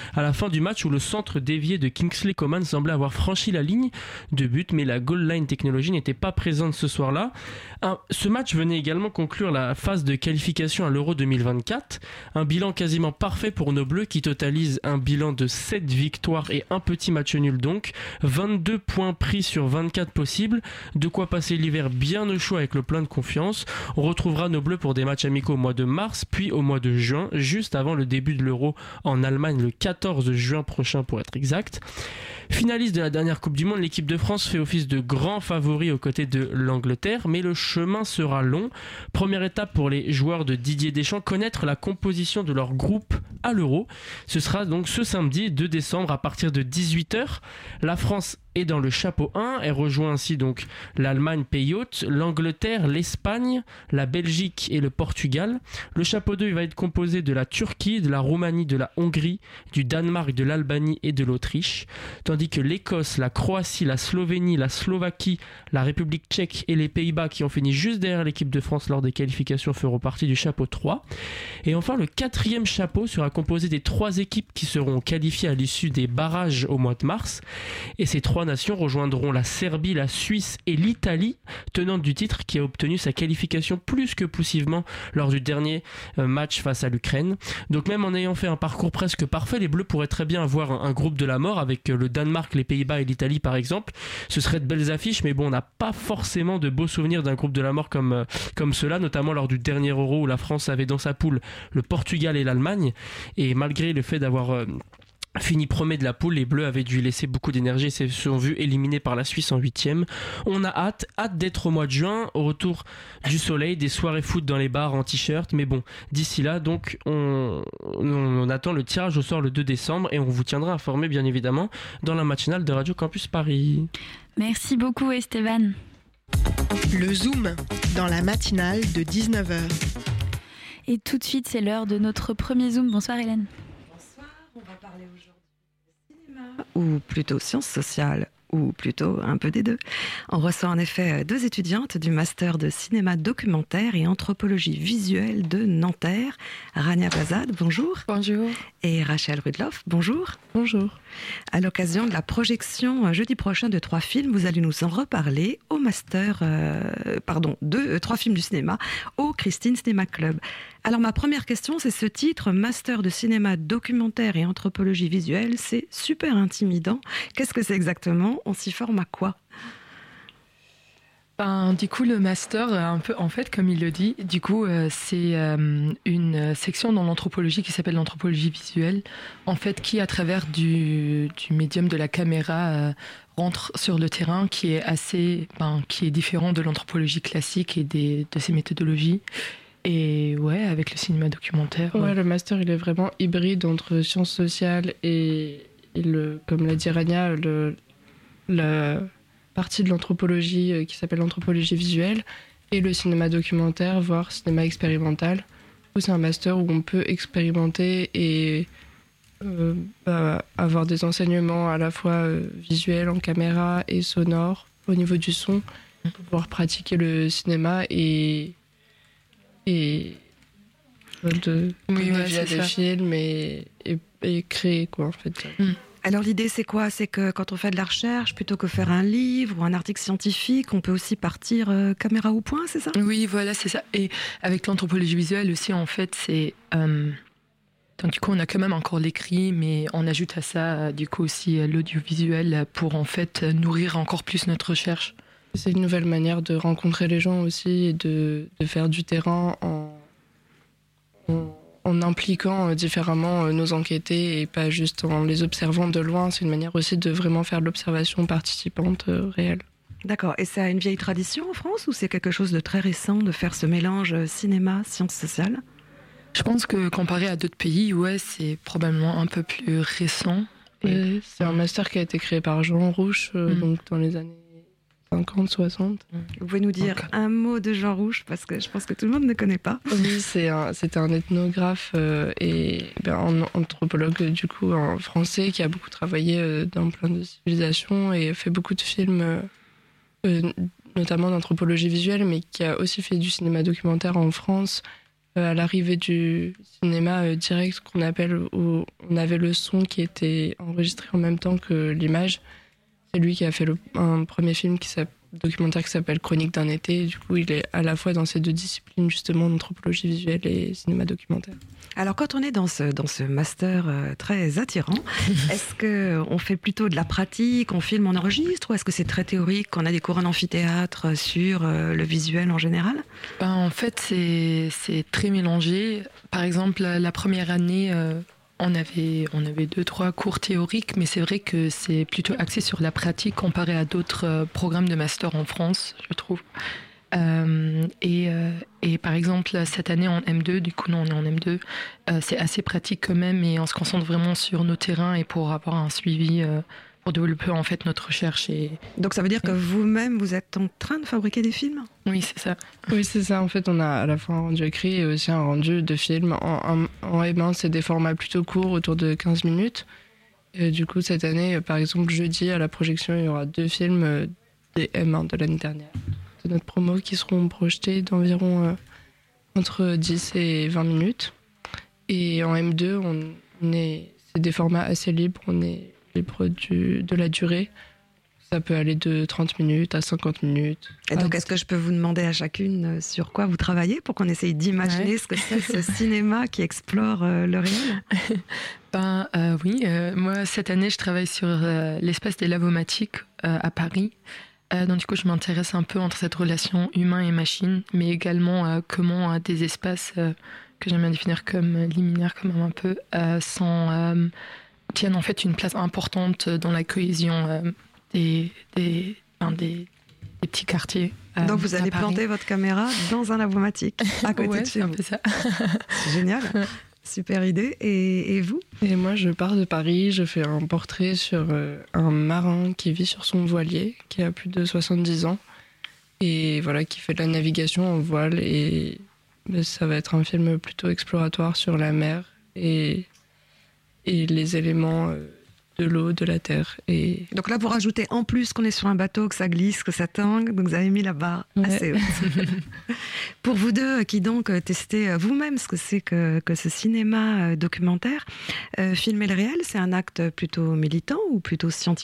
à la fin du match où le centre dévié de Kingsley Coman semblait avoir franchi la ligne de but, mais la goal line technologie n'était pas présente ce soir-là. Un, ce match venait également conclure la phase de qualification à l'Euro deux mille vingt-quatre, un bilan quasiment parfait pour nos Bleus qui totalisent un bilan de sept victoires et un petit match nul donc, vingt-deux points pris sur vingt-quatre possibles, de quoi passer l'hiver bien au chaud avec le plein de confiance. On retrouvera nos Bleus pour des matchs amicaux au mois de mars, puis au mois de juin, juste avant le début de l'Euro en Allemagne le quatorze juin prochain pour être exact. Finaliste de la dernière Coupe du Monde, l'équipe de France fait office de grand favori aux côtés de l'Angleterre, mais le chemin sera long. Première étape pour les joueurs de Didier Deschamps, connaître la composition de leur groupe à l'Euro. Ce sera donc ce samedi deux décembre à partir de dix-huit heures. La France est dans le chapeau un, elle rejoint ainsi donc l'Allemagne, pays hôte, l'Angleterre, l'Espagne, la Belgique et le Portugal. Le chapeau deux il va être composé de la Turquie, de la Roumanie, de la Hongrie, du Danemark, de l'Albanie et de l'Autriche, tandis que l'Écosse, la Croatie, la Slovénie, la Slovaquie, la République tchèque et les Pays-Bas qui ont fini juste derrière l'équipe de France lors des qualifications feront partie du chapeau trois. Et enfin le quatrième chapeau sera composé des trois équipes qui seront qualifiées à l'issue des barrages au mois de mars, et ces trois nations rejoindront la Serbie, la Suisse et l'Italie, tenante du titre qui a obtenu sa qualification plus que poussivement lors du dernier match face à l'Ukraine. Donc même en ayant fait un parcours presque parfait, les Bleus pourraient très bien avoir un groupe de la mort avec le Danemark, les Pays-Bas et l'Italie par exemple. Ce seraient de belles affiches, mais bon, on n'a pas forcément de beaux souvenirs d'un groupe de la mort comme, comme cela, notamment lors du dernier Euro où la France avait dans sa poule le Portugal et l'Allemagne, et malgré le fait d'avoir euh, fini premier de la poule, les Bleus avaient dû laisser beaucoup d'énergie et se sont vus éliminés par la Suisse en huitième. On a hâte, hâte d'être au mois de juin, au retour du soleil, des soirées foot dans les bars en t-shirt, mais bon, d'ici là, donc, on, on, on attend le tirage au sort le deux décembre et on vous tiendra informé, bien évidemment, dans la matinale de Radio Campus Paris. Merci beaucoup, Esteban. Le Zoom, dans la matinale de dix-neuf heures. Et tout de suite, c'est l'heure de notre premier Zoom. Bonsoir, Hélène. On va parler aujourd'hui de cinéma, ou plutôt sciences sociales, ou plutôt un peu des deux. On reçoit en effet deux étudiantes du master de cinéma documentaire et anthropologie visuelle de Nanterre. Rania Bazad, bonjour. Bonjour. Et Rachel Rudloff, bonjour. Bonjour. À l'occasion de la projection jeudi prochain de trois films, vous allez nous en reparler au master, euh, pardon, de euh, trois films du cinéma au Christine Cinéma Club. Alors ma première question, c'est ce titre, Master de cinéma documentaire et anthropologie visuelle, c'est super intimidant. Qu'est-ce que c'est exactement ? On s'y forme à quoi ? Ben, du coup, le master, un peu, en fait, comme il le dit, du coup, euh, c'est euh, une section dans l'anthropologie qui s'appelle l'anthropologie visuelle, en fait, qui, à travers du, du médium de la caméra, euh, rentre sur le terrain, qui est assez, ben, qui est différent de l'anthropologie classique et des, de ses méthodologies. Et ouais, avec le cinéma documentaire. Ouais, ouais. Le master, il est vraiment hybride entre sciences sociales et, et le, comme l'a dit Rania, le, la partie de l'anthropologie qui s'appelle l'anthropologie visuelle et le cinéma documentaire, voire cinéma expérimental, où c'est un master où on peut expérimenter et euh, bah, avoir des enseignements à la fois euh, visuels, en caméra et sonores au niveau du son, pour pouvoir pratiquer le cinéma et et de oui, ouais, via des ça. films et, et, et créer quoi en fait. Mm. Alors l'idée c'est quoi ? C'est que quand on fait de la recherche, plutôt que faire un livre ou un article scientifique, on peut aussi partir euh, caméra au point, c'est ça ? Oui, voilà, c'est ça. Et avec l'anthropologie visuelle aussi, en fait, c'est... Euh, donc du coup, on a quand même encore l'écrit, mais on ajoute à ça, du coup, aussi l'audiovisuel pour, en fait, nourrir encore plus notre recherche. C'est une nouvelle manière de rencontrer les gens aussi et de, de faire du terrain en, en, en impliquant différemment nos enquêtés et pas juste en les observant de loin. C'est une manière aussi de vraiment faire de l'observation participante euh, réelle. D'accord. Et ça a une vieille tradition en France ou c'est quelque chose de très récent de faire ce mélange cinéma, sciences sociales ? Je pense que comparé à d'autres pays, ouais, c'est probablement un peu plus récent. Et... C'est un master qui a été créé par Jean Rouch, euh, mmh. donc dans les années cinquante, soixante. Vous pouvez nous dire Donc, un mot de Jean Rouch, parce que je pense que tout le monde ne connaît pas. Oui, c'est un, c'était un ethnographe euh, et ben, un anthropologue du coup en français qui a beaucoup travaillé euh, dans plein de civilisations et fait beaucoup de films, euh, euh, notamment d'anthropologie visuelle, mais qui a aussi fait du cinéma documentaire en France euh, à l'arrivée du cinéma euh, direct qu'on appelle, où on avait le son qui était enregistré en même temps que l'image. C'est lui qui a fait le, un premier film qui s'appelle documentaire qui s'appelle Chronique d'un été. Du coup, il est à la fois dans ces deux disciplines, justement, d'anthropologie visuelle et cinéma documentaire. Alors, quand on est dans ce, dans ce master euh, très attirant, est-ce qu'on fait plutôt de la pratique, on filme, on enregistre, ou est-ce que c'est très théorique, qu'on a des cours en amphithéâtre sur euh, le visuel en général ? Ben, en fait, c'est, c'est très mélangé. Par exemple, la, la première année... Euh, On avait, on avait deux, trois cours théoriques, mais c'est vrai que c'est plutôt axé sur la pratique comparé à d'autres euh, programmes de master en France, je trouve. Euh, et, euh, et par exemple, cette année en M deux, du coup, nous on est en M deux, euh, c'est assez pratique quand même et on se concentre vraiment sur nos terrains et pour avoir un suivi, euh, pour développer en fait notre recherche. Et... Donc ça veut dire que vous-même, vous êtes en train de fabriquer des films ? Oui, c'est ça. Oui, c'est ça. En fait, on a à la fois un rendu écrit et aussi un rendu de film. En, en, en M un, c'est des formats plutôt courts, autour de quinze minutes. Et du coup, cette année, par exemple, jeudi, à la projection, il y aura deux films euh, des M un de l'année dernière, de notre promo, qui seront projetés d'environ euh, entre dix et vingt minutes. Et en M deux, on, on est, c'est des formats assez libres. On est libre du, de la durée. Ça peut aller de trente minutes à cinquante minutes. Et donc, est-ce que je peux vous demander à chacune sur quoi vous travaillez pour qu'on essaye d'imaginer ouais. ce que c'est ce cinéma qui explore euh, le réel ? Ben euh, oui, euh, moi cette année je travaille sur euh, l'espace des Lavomatiques euh, à Paris. Euh, donc du coup je m'intéresse un peu entre cette relation humain et machine, mais également euh, comment euh, des espaces euh, que j'aime bien définir comme liminaires quand même un peu, euh, sont, euh, tiennent en fait une place importante dans la cohésion euh, des, des, enfin, des, des petits quartiers. Euh, Donc vous allez planter votre caméra dans un lavomatique à côté ouais, de chez vous. C'est un peu ça. C'est génial. Super idée. Et, et vous ? Et moi, je pars de Paris. Je fais un portrait sur euh, un marin qui vit sur son voilier, qui a plus de soixante-dix ans, et voilà, qui fait de la navigation en voile. Et ben, ça va être un film plutôt exploratoire sur la mer et, et les éléments euh, de l'eau, de la terre. Et... Donc là, vous rajoutez en plus qu'on est sur un bateau, que ça glisse, que ça tangue, donc vous avez mis la barre ouais. assez haute. Pour vous deux qui donc testez vous-même ce que c'est que, que ce cinéma documentaire, euh, filmer le réel, c'est un acte plutôt militant ou plutôt scientifique ?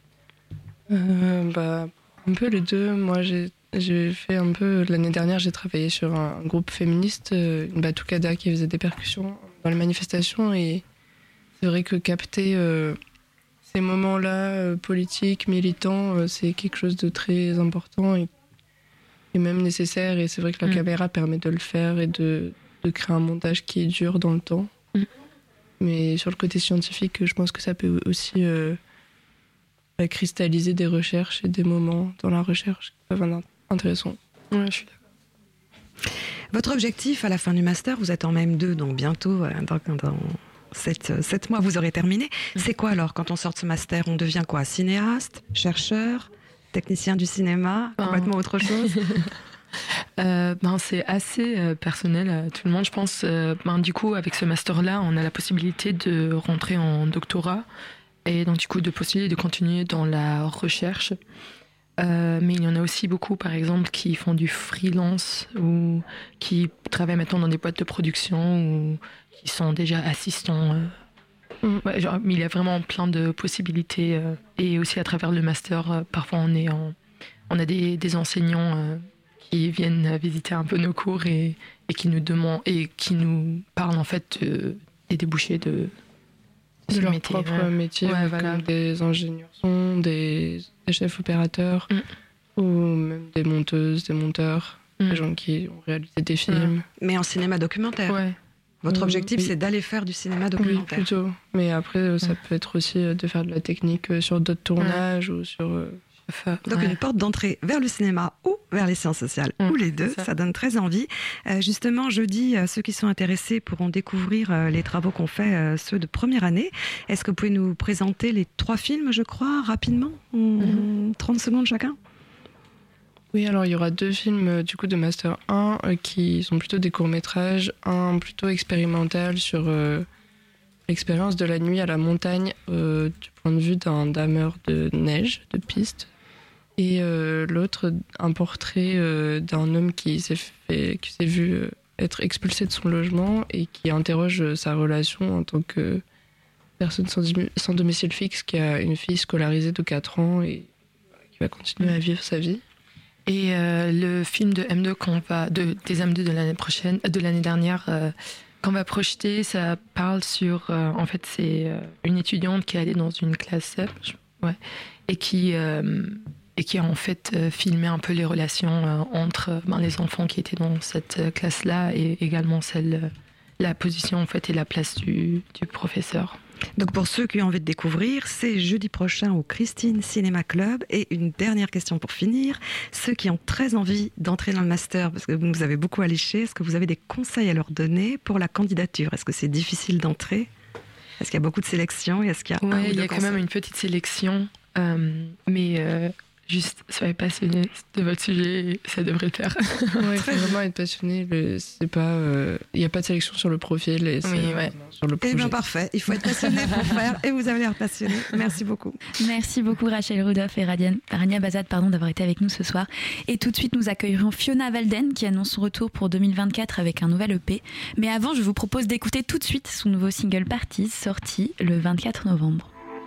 euh, bah, Un peu les deux. Moi, j'ai, j'ai fait un peu... L'année dernière, j'ai travaillé sur un, un groupe féministe, une batucada qui faisait des percussions dans les manifestations et c'est vrai que capter euh, ces moments-là, euh, politiques, militants, euh, c'est quelque chose de très important et, et même nécessaire. Et c'est vrai que la mmh. caméra permet de le faire et de, de créer un montage qui est dur dans le temps. Mmh. Mais sur le côté scientifique, je pense que ça peut aussi euh, cristalliser des recherches et des moments dans la recherche qui peuvent être intéressants. Ouais, je suis d'accord. Votre objectif à la fin du master, vous êtes en M deux, donc bientôt, dans... dans... Sept, sept mois, vous aurez terminé. C'est quoi alors, quand on sort de ce master, on devient quoi ? Cinéaste, chercheur, technicien du cinéma, ben... complètement autre chose euh, ben, C'est assez euh, personnel à tout le monde, je pense. Euh, ben, du coup, avec ce master-là, on a la possibilité de rentrer en doctorat et donc du coup de poursuivre, de continuer dans la recherche. Euh, mais il y en a aussi beaucoup, par exemple, qui font du freelance ou qui travaillent maintenant dans des boîtes de production ou qui sont déjà assistants. Euh. Mm. Ouais, genre, mais il y a vraiment plein de possibilités. Euh, et aussi à travers le master, euh, parfois on, est en, on a des, des enseignants euh, qui viennent visiter un peu nos cours et, et qui nous demandent et qui nous parlent en fait de, des débouchés de, de, de leur métier, propre ouais. métier, ouais, voilà. Comme des ingénieurs son, des, des chefs opérateurs mm. ou même des monteuses, des monteurs, mm. des gens qui ont réalisé des films. Mm. Mais en cinéma documentaire. Ouais. Votre objectif, oui. c'est d'aller faire du cinéma documentaire. Oui, plutôt. Mais après, ça ouais. peut être aussi de faire de la technique sur d'autres tournages ouais. ou sur... Donc ouais. une porte d'entrée vers le cinéma ou vers les sciences sociales, mmh, ou les deux, ça. ça donne très envie. Euh, justement, jeudi, euh, ceux qui sont intéressés pourront découvrir euh, les travaux qu'on fait, euh, ceux de première année. Est-ce que vous pouvez nous présenter les trois films, je crois, rapidement, en mmh. trente secondes chacun ? Oui, alors il y aura deux films euh, du coup de Master un euh, qui sont plutôt des courts-métrages, un plutôt expérimental sur euh, l'expérience de la nuit à la montagne euh, du point de vue d'un dameur de neige, de piste, et euh, l'autre un portrait euh, d'un homme qui s'est, fait, qui s'est vu euh, être expulsé de son logement et qui interroge sa relation en tant que personne sans, sans domicile fixe, qui a une fille scolarisée de quatre ans et qui va continuer à vivre sa vie. Et euh, le film de M deux qu'on va, de, des M deux de l'année prochaine, de l'année dernière, euh, qu'on va projeter, ça parle sur, euh, en fait, c'est euh, une étudiante qui est allée dans une classe C E P, ouais, et qui euh, et qui a en fait euh, filmé un peu les relations euh, entre ben, les enfants qui étaient dans cette euh, classe-là et également celle, euh, la position en fait et la place du, du professeur. Donc pour ceux qui ont envie de découvrir, c'est jeudi prochain au Christine Cinéma Club. Et une dernière question pour finir, ceux qui ont très envie d'entrer dans le master, parce que vous avez beaucoup à lécher, est-ce que vous avez des conseils à leur donner pour la candidature ? Est-ce que c'est difficile d'entrer ? Est-ce qu'il y a beaucoup de sélections ? Est-ce qu'il y a ouais, un ou il y deux a quand conseils ? même une petite sélection, euh, mais euh, juste soyez passionnés de votre sujet, ça devrait le faire. Ouais, il faut vraiment être passionné. Le, c'est pas, il euh, n'y a pas de sélection sur le profil et oui, ouais. sur le projet. Eh bien parfait, il faut être passionné pour faire, et vous avez l'air passionné. Merci beaucoup. Merci beaucoup Rachel Rudolph et Radian, Rania Bazad pardon, d'avoir été avec nous ce soir. Et tout de suite, nous accueillerons Fiona Walden qui annonce son retour pour deux mille vingt-quatre avec un nouvel E P. Mais avant, je vous propose d'écouter tout de suite son nouveau single Parties, sorti le vingt-quatre novembre.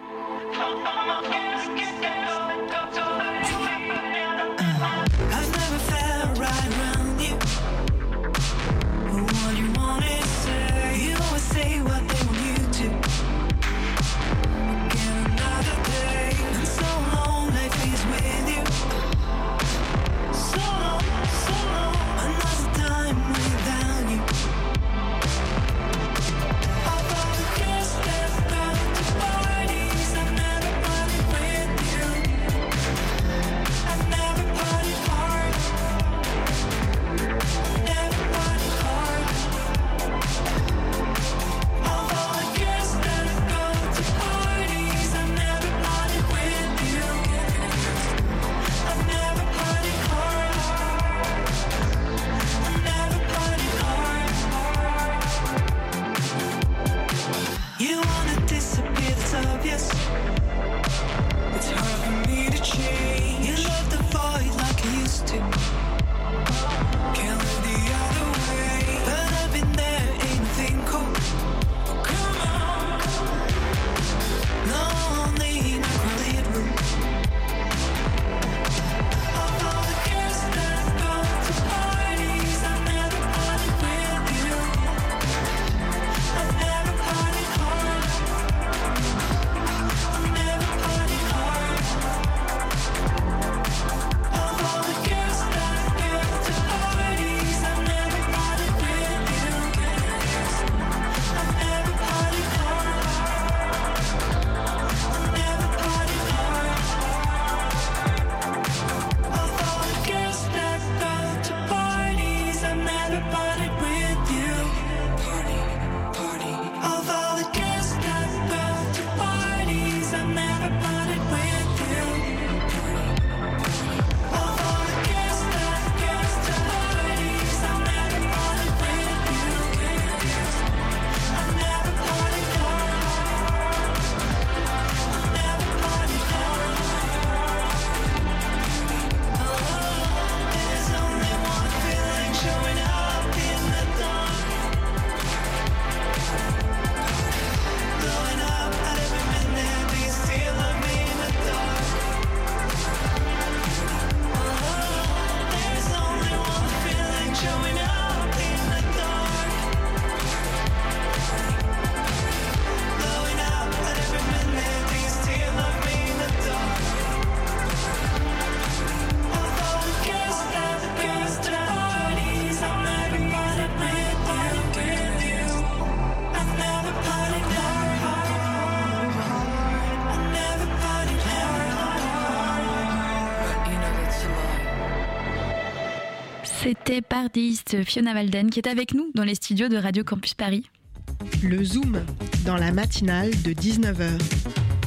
C'était Pardiste, Fiona Walden, qui est avec nous dans les studios de Radio Campus Paris. Le Zoom, dans la matinale de dix-neuf heures.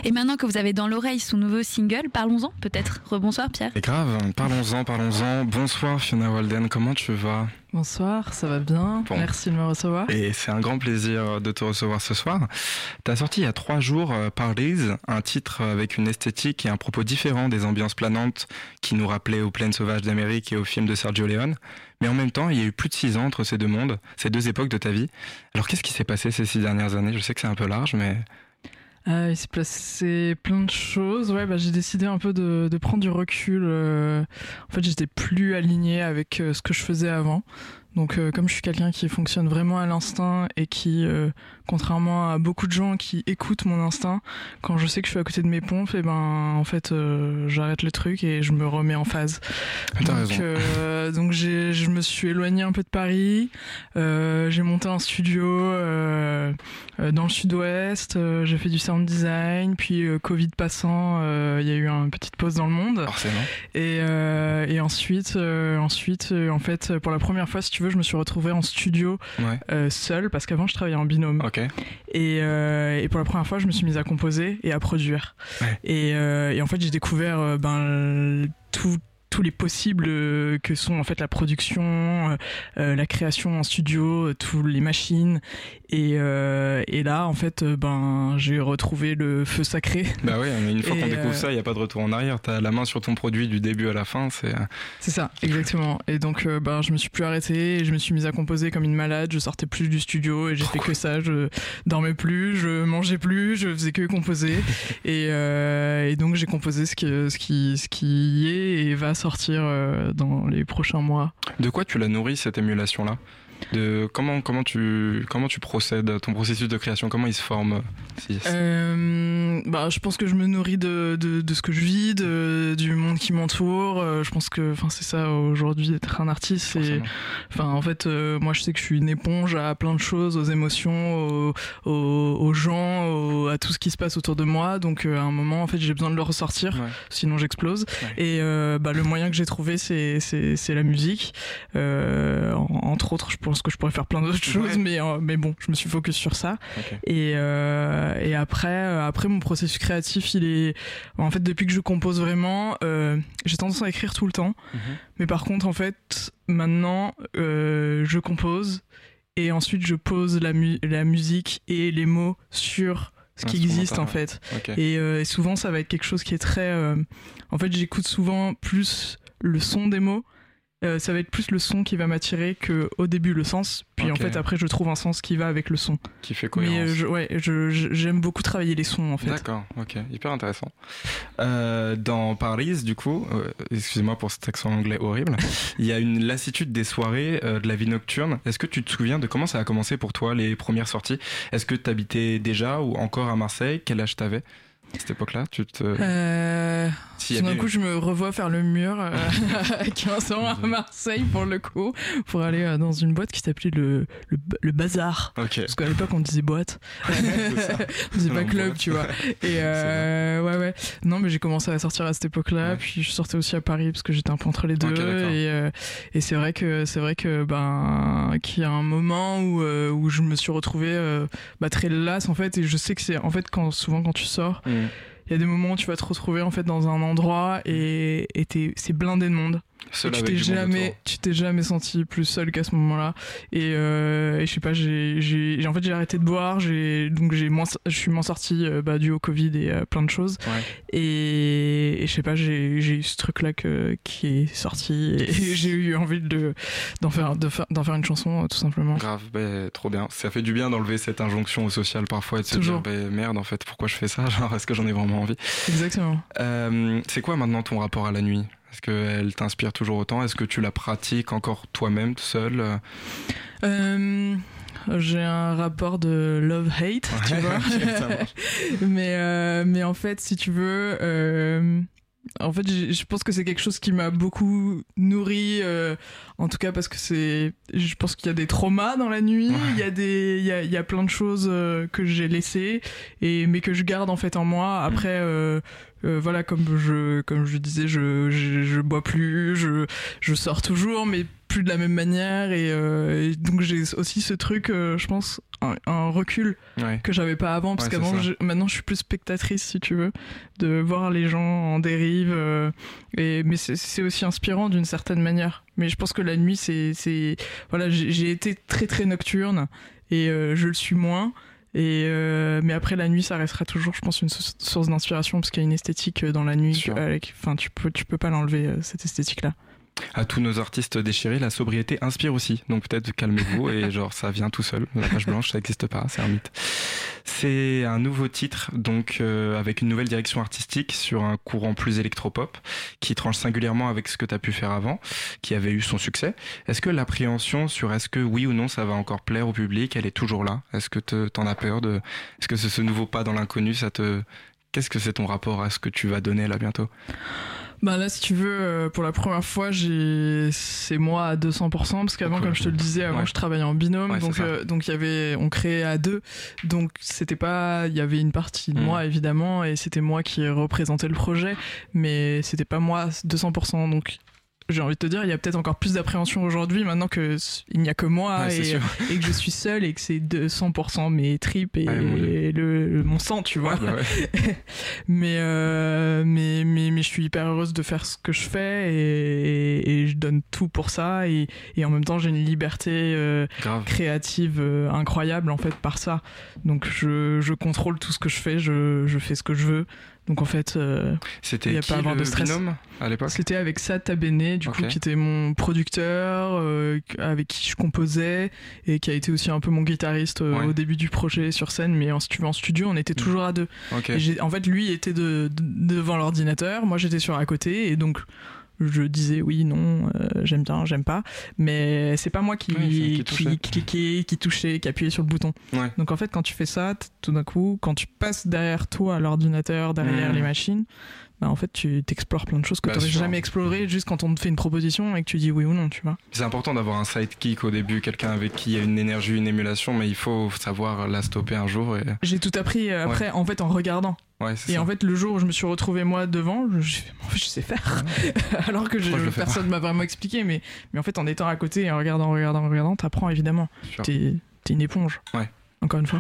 Et maintenant que vous avez dans l'oreille son nouveau single, parlons-en peut-être. Rebonsoir Pierre. C'est grave, parlons-en, parlons-en. Bonsoir Fiona Walden, comment tu vas ? Bonsoir, ça va bien, bon. Merci de me recevoir. Et c'est un grand plaisir de te recevoir ce soir. Tu as sorti il y a trois jours euh, Parlies, un titre avec une esthétique et un propos différent des ambiances planantes qui nous rappelaient aux plaines sauvages d'Amérique et aux films de Sergio Leone. Mais en même temps, il y a eu plus de six ans entre ces deux mondes, ces deux époques de ta vie. Alors qu'est-ce qui s'est passé ces six dernières années ? Je sais que c'est un peu large, mais... Euh, il s'est passé plein de choses. Ouais, bah, j'ai décidé un peu de, de prendre du recul. Euh, en fait, j'étais plus alignée avec euh, ce que je faisais avant. Donc, euh, comme je suis quelqu'un qui fonctionne vraiment à l'instinct et qui, euh, contrairement à beaucoup de gens qui écoutent mon instinct, quand je sais que je suis à côté de mes pompes, et ben, en fait, euh, j'arrête le truc et je me remets en phase. T'as donc, raison. Euh, donc, j'ai, je me suis éloignée un peu de Paris. Euh, j'ai monté un studio euh, euh, dans le sud-ouest. Euh, j'ai fait du sound design. Puis, euh, Covid passant, euh, il y a eu une petite pause dans le monde. Forcément. Et, euh, et ensuite, euh, ensuite, euh, en fait, pour la première fois, si tu veux, je me suis retrouvée en studio ouais. euh, seule parce qu'avant je travaillais en binôme. Okay. Et, euh, et pour la première fois, je me suis mise à composer et à produire. Ouais. Et, euh, et en fait, j'ai découvert euh, ben, tout. tous les possibles que sont en fait la production, euh, la création en studio, toutes les machines. Et, euh, et là, en fait, ben, j'ai retrouvé le feu sacré. Bah oui, mais une fois et qu'on découvre euh... ça, il n'y a pas de retour en arrière. Tu as la main sur ton produit du début à la fin. C'est, c'est ça, exactement. Et donc, euh, ben, je me suis plus arrêtée. Et je me suis mise à composer comme une malade. Je sortais plus du studio et j'ai fait que ça. Je dormais plus, je mangeais plus, je faisais que composer. et, euh, et donc, j'ai composé ce qui, ce, qui, ce qui est et va sortir euh, dans les prochains mois. De quoi tu l'as nourri cette émulation-là ? De comment comment tu comment tu procèdes, ton processus de création, comment il se forme si... euh, bah je pense que je me nourris de de, de ce que je vis, de, du monde qui m'entoure. Euh, je pense que enfin c'est ça aujourd'hui d'être un artiste. Et enfin en fait euh, moi je sais que je suis une éponge à plein de choses, aux émotions, aux, aux, aux gens, aux, à tout ce qui se passe autour de moi. Donc euh, à un moment en fait j'ai besoin de le ressortir, ouais. Sinon j'explose. Ouais. Et euh, bah le moyen que j'ai trouvé c'est c'est c'est la musique. Euh, entre autres je pense que je pourrais faire plein d'autres choses, ouais. mais, euh, mais bon, je me suis focus sur ça. Okay. Et, euh, et après, euh, après, mon processus créatif, il est... En fait, depuis que je compose vraiment, euh, j'ai tendance à écrire tout le temps. Mm-hmm. Mais par contre, en fait, maintenant, euh, je compose et ensuite, je pose la, mu- la musique et les mots sur ce qui existe, en fait. Okay. Et, euh, et souvent, ça va être quelque chose qui est très... Euh... En fait, j'écoute souvent plus le son des mots. Euh, ça va être plus le son qui va m'attirer qu'au début le sens, puis okay. En fait après je trouve un sens qui va avec le son. Qui fait cohérence. Mais euh, je, ouais, je, je, j'aime beaucoup travailler les sons en fait. D'accord, ok, hyper intéressant. Euh, dans Paris, du coup, euh, excusez-moi pour cet accent anglais horrible, il y a une lassitude des soirées, euh, de la vie nocturne. Est-ce que tu te souviens de comment ça a commencé pour toi les premières sorties ? Est-ce que tu habitais déjà ou encore à Marseille ? Quel âge t'avais ? À cette époque-là, tu te... Euh... Si d'un coup, je me revois faire le mur euh, à quinze ans à Marseille, pour le coup, pour aller euh, dans une boîte qui s'appelait le, le, le Bazar. Okay. Parce qu'à l'époque, on disait boîte. On disait pas club, boîte. Tu vois. Et euh, ouais, ouais. Non, mais j'ai commencé à sortir à cette époque-là, ouais. Puis je sortais aussi à Paris, parce que j'étais un peu entre les deux. Okay, et, euh, et c'est vrai que, c'est vrai que, ben, qu'il y a un moment où, euh, où je me suis retrouvée euh, bah, très lasse, en fait, et je sais que c'est, en fait, quand, souvent quand tu sors, mm. Il y a des moments où tu vas te retrouver en fait dans un endroit et, et t'es, c'est blindé de monde. Seul tu avec t'es du jamais, monde tu t'es jamais senti plus seul qu'à ce moment-là. Et, euh, et je sais pas, j'ai, j'ai, j'ai en fait j'ai arrêté de boire, j'ai donc j'ai moins, je suis moins sorti euh, bah, dû au Covid et euh, plein de choses. Ouais. Et, et je sais pas, j'ai, j'ai eu ce truc-là que, qui est sorti et j'ai eu envie de d'en faire, de faire, d'en faire une chanson tout simplement. Grave, bah, trop bien. Ça fait du bien d'enlever cette injonction au social parfois et de se Toujours. dire bah, merde en fait pourquoi je fais ça, genre est-ce que j'en ai vraiment envie. Exactement. Euh, c'est quoi maintenant ton rapport à la nuit ? Est-ce qu'elle t'inspire toujours autant ? Est-ce que tu la pratiques encore toi-même, seule ? euh, J'ai un rapport de love-hate, ouais, tu vois. mais, euh, mais en fait, si tu veux... Euh, en fait, je pense que c'est quelque chose qui m'a beaucoup nourri, euh, en tout cas parce que c'est... Je pense qu'il y a des traumas dans la nuit, ouais. il, y a des, il, y a, il y a plein de choses euh, que j'ai laissées, et, mais que je garde en fait en moi. Après... Euh, Euh, voilà, comme je, comme je disais, je, je, je bois plus, je, je sors toujours, mais plus de la même manière et, euh, et donc j'ai aussi ce truc, euh, je pense, un, un recul ouais. que j'avais pas avant parce ouais, qu'avant, je, maintenant, je suis plus spectatrice si tu veux, de voir les gens en dérive. Euh, et mais c'est, c'est aussi inspirant d'une certaine manière. Mais je pense que la nuit, c'est, c'est voilà, j'ai, j'ai été très très nocturne et euh, je le suis moins. Et euh, mais après la nuit, ça restera toujours, je pense, une source d'inspiration parce qu'il y a une esthétique dans la nuit. Enfin, tu peux, tu peux pas l'enlever cette esthétique-là. À tous nos artistes déchirés, la sobriété inspire aussi. Donc peut-être calmez-vous et genre ça vient tout seul. La page blanche, ça n'existe pas, c'est un mythe. C'est un nouveau titre, donc euh, avec une nouvelle direction artistique sur un courant plus électropop qui tranche singulièrement avec ce que tu as pu faire avant, qui avait eu son succès. Est-ce que l'appréhension sur est-ce que oui ou non ça va encore plaire au public, elle est toujours là? Est-ce que te, t'en as peur de... Est-ce que ce, ce nouveau pas dans l'inconnu, ça te... Qu'est-ce que c'est ton rapport à ce que tu vas donner là bientôt? Bah là, si tu veux, pour la première fois, j'ai... c'est moi à deux cents pour cent parce qu'avant, cool. comme je te le disais, avant, ouais. je travaillais en binôme, ouais, donc euh, donc il y avait, on créait à deux, donc c'était pas, il y avait une partie de mmh. moi évidemment, et c'était moi qui représentais le projet, mais c'était pas moi deux cents pour cent, donc. J'ai envie de te dire, il y a peut-être encore plus d'appréhension aujourd'hui maintenant qu'il n'y a que moi ouais, et, et que je suis seule et que c'est deux cents pour cent mes tripes et, ouais, et le, le, mon sang, tu vois. Ouais, bah ouais. mais, euh, mais, mais, mais je suis hyper heureuse de faire ce que je fais et, et, et je donne tout pour ça. Et, et en même temps, j'ai une liberté euh, créative euh, incroyable en fait par ça. Donc je, je contrôle tout ce que je fais, je, je fais ce que je veux. Donc en fait, euh, c'était y a qui pas à avoir le de stress. Binôme à l'époque? C'était avec Sad Tabene, du okay. coup, qui était mon producteur, euh, avec qui je composais et qui a été aussi un peu mon guitariste euh, ouais. au début du projet sur scène. Mais en, si tu veux, en studio, on était mmh. toujours à deux. Okay. Et j'ai, en fait, lui était de, de, devant l'ordinateur, moi j'étais sur à côté, et donc. Je disais oui, non, euh, j'aime bien, j'aime pas, mais c'est pas moi qui, ouais, qui cliquais, qui touchait, qui appuyait sur le bouton. Ouais. Donc en fait, quand tu fais ça, tout d'un coup, quand tu passes derrière toi, l'ordinateur, derrière mmh. les machines, bah en fait, tu t'explores plein de choses que bah, tu n'aurais jamais explorées juste quand on te fait une proposition et que tu dis oui ou non, tu vois. C'est important d'avoir un sidekick au début, quelqu'un avec qui il y a une énergie, une émulation, mais il faut savoir la stopper un jour. Et... J'ai tout appris après, ouais. en fait, en regardant. Ouais, c'est et ça. en fait, le jour où je me suis retrouvé moi devant, je, je, en fait, je sais faire. Alors que je, je personne m'a vraiment expliqué, mais, mais en fait, en étant à côté et en regardant, en regardant, en regardant, t'apprends évidemment. T'es, t'es une éponge. Ouais. Encore une fois.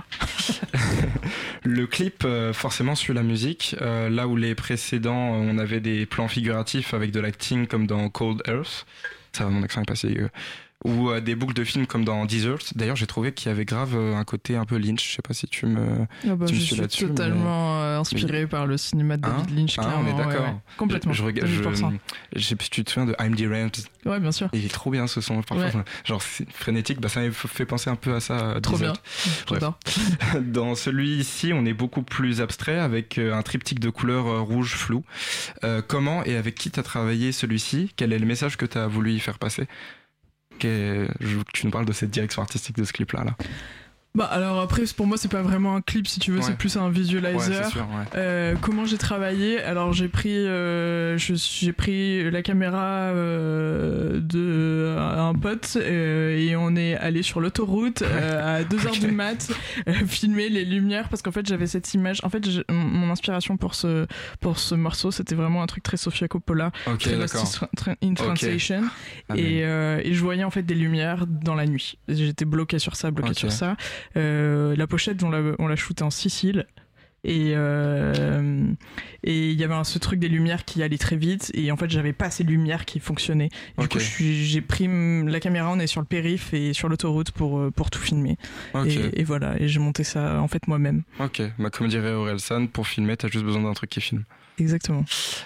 Le clip euh, forcément suit la musique. Euh, là où les précédents, on avait des plans figuratifs avec de l'acting comme dans Cold Earth. Ça va, mon accent est passé. Euh, ou euh, des boucles de films comme dans Desert. D'ailleurs, j'ai trouvé qu'il y avait grave euh, un côté un peu Lynch. Je sais pas si tu me, ah bah, tu me je suis suis là-dessus. Totalement mais... inspiré mais... par le cinéma de David hein Lynch. Ah, on est d'accord. Ouais, ouais. Complètement. Je, je regarde. Je, je sais plus si tu te souviens de I'm D. Rams. Ouais, bien sûr. Il est trop bien ce son. Parfois, ouais. genre c'est frénétique. Bah, ça m'a fait penser un peu à ça. Trop Desert. bien. Bref. Dans celui-ci, on est beaucoup plus abstrait avec un triptyque de couleurs rouge flou. Euh, comment et avec qui t'as travaillé celui-ci? Quel est le message que t'as voulu y faire passer? Que tu nous parles de cette direction artistique de ce clip là là. Bah alors après pour moi c'est pas vraiment un clip si tu veux, ouais. c'est plus un visualizer. Ouais, c'est sûr, ouais. euh, comment j'ai travaillé? Alors j'ai pris euh, je, j'ai pris la caméra euh, de un pote euh, et on est allé sur l'autoroute euh, à deux heures okay. du mat euh, filmer les lumières parce qu'en fait j'avais cette image. En fait mon inspiration pour ce pour ce morceau c'était vraiment un truc très Sofia Coppola, okay, très Lost in Translation okay. ah, et, euh, et je voyais en fait des lumières dans la nuit. J'étais bloqué sur ça, bloqué okay. sur ça. Euh, la pochette on l'a, on l'a shootée en Sicile et euh, et il y avait un, ce truc des lumières qui allait très vite et en fait j'avais pas assez de lumière qui fonctionnait du okay. coup je suis, j'ai pris la caméra, on est sur le périph et sur l'autoroute pour, pour tout filmer okay. et, et voilà et j'ai monté ça en fait moi-même. Ok, bah, comme dirait Orelsan, pour filmer t'as juste besoin d'un truc qui filme. Exactement.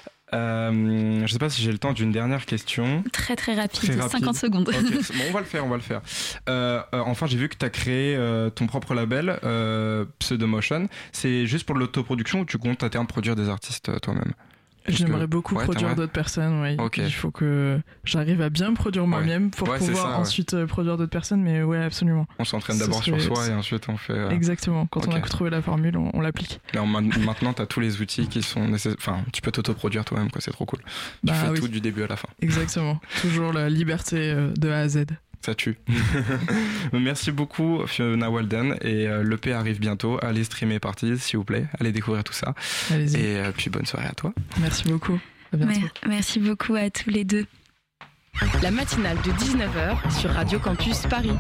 Euh, je sais pas si j'ai le temps d'une dernière question. Très très rapide, très rapide. cinquante secondes. Okay. Bon, on va le faire, on va le faire. Euh, euh, enfin, j'ai vu que tu as créé euh, ton propre label, euh, Pseudomotion. C'est juste pour l'autoproduction ou tu comptes à terme produire des artistes toi-même? J'aimerais beaucoup ouais, produire d'autres personnes, ouais. Okay. Il faut que j'arrive à bien produire moi-même ouais. pour ouais, pouvoir ça, ensuite ouais. produire d'autres personines, mais ouais, absolument. On s'entraîne d'abord serait... sur soi et ensuite on fait... Euh... Exactement, quand okay. on a trouvé la formule, on, on l'applique. Mais maintenant, tu as tous les outils qui sont nécessaires, enfin, tu peux t'autoproduire toi-même, quoi. C'est trop cool. Bah, tu fais oui. tout du début à la fin. Exactement, toujours la liberté de A à Z. Ça tue. Merci beaucoup Fiona Walden et euh, l'E P arrive bientôt. Allez streamer Parties s'il vous plaît, allez découvrir tout ça. Allez-y. Et euh, puis bonne soirée à toi. Merci beaucoup. À bientôt. Merci beaucoup à tous les deux. La matinale de dix-neuf heures sur Radio Campus Paris.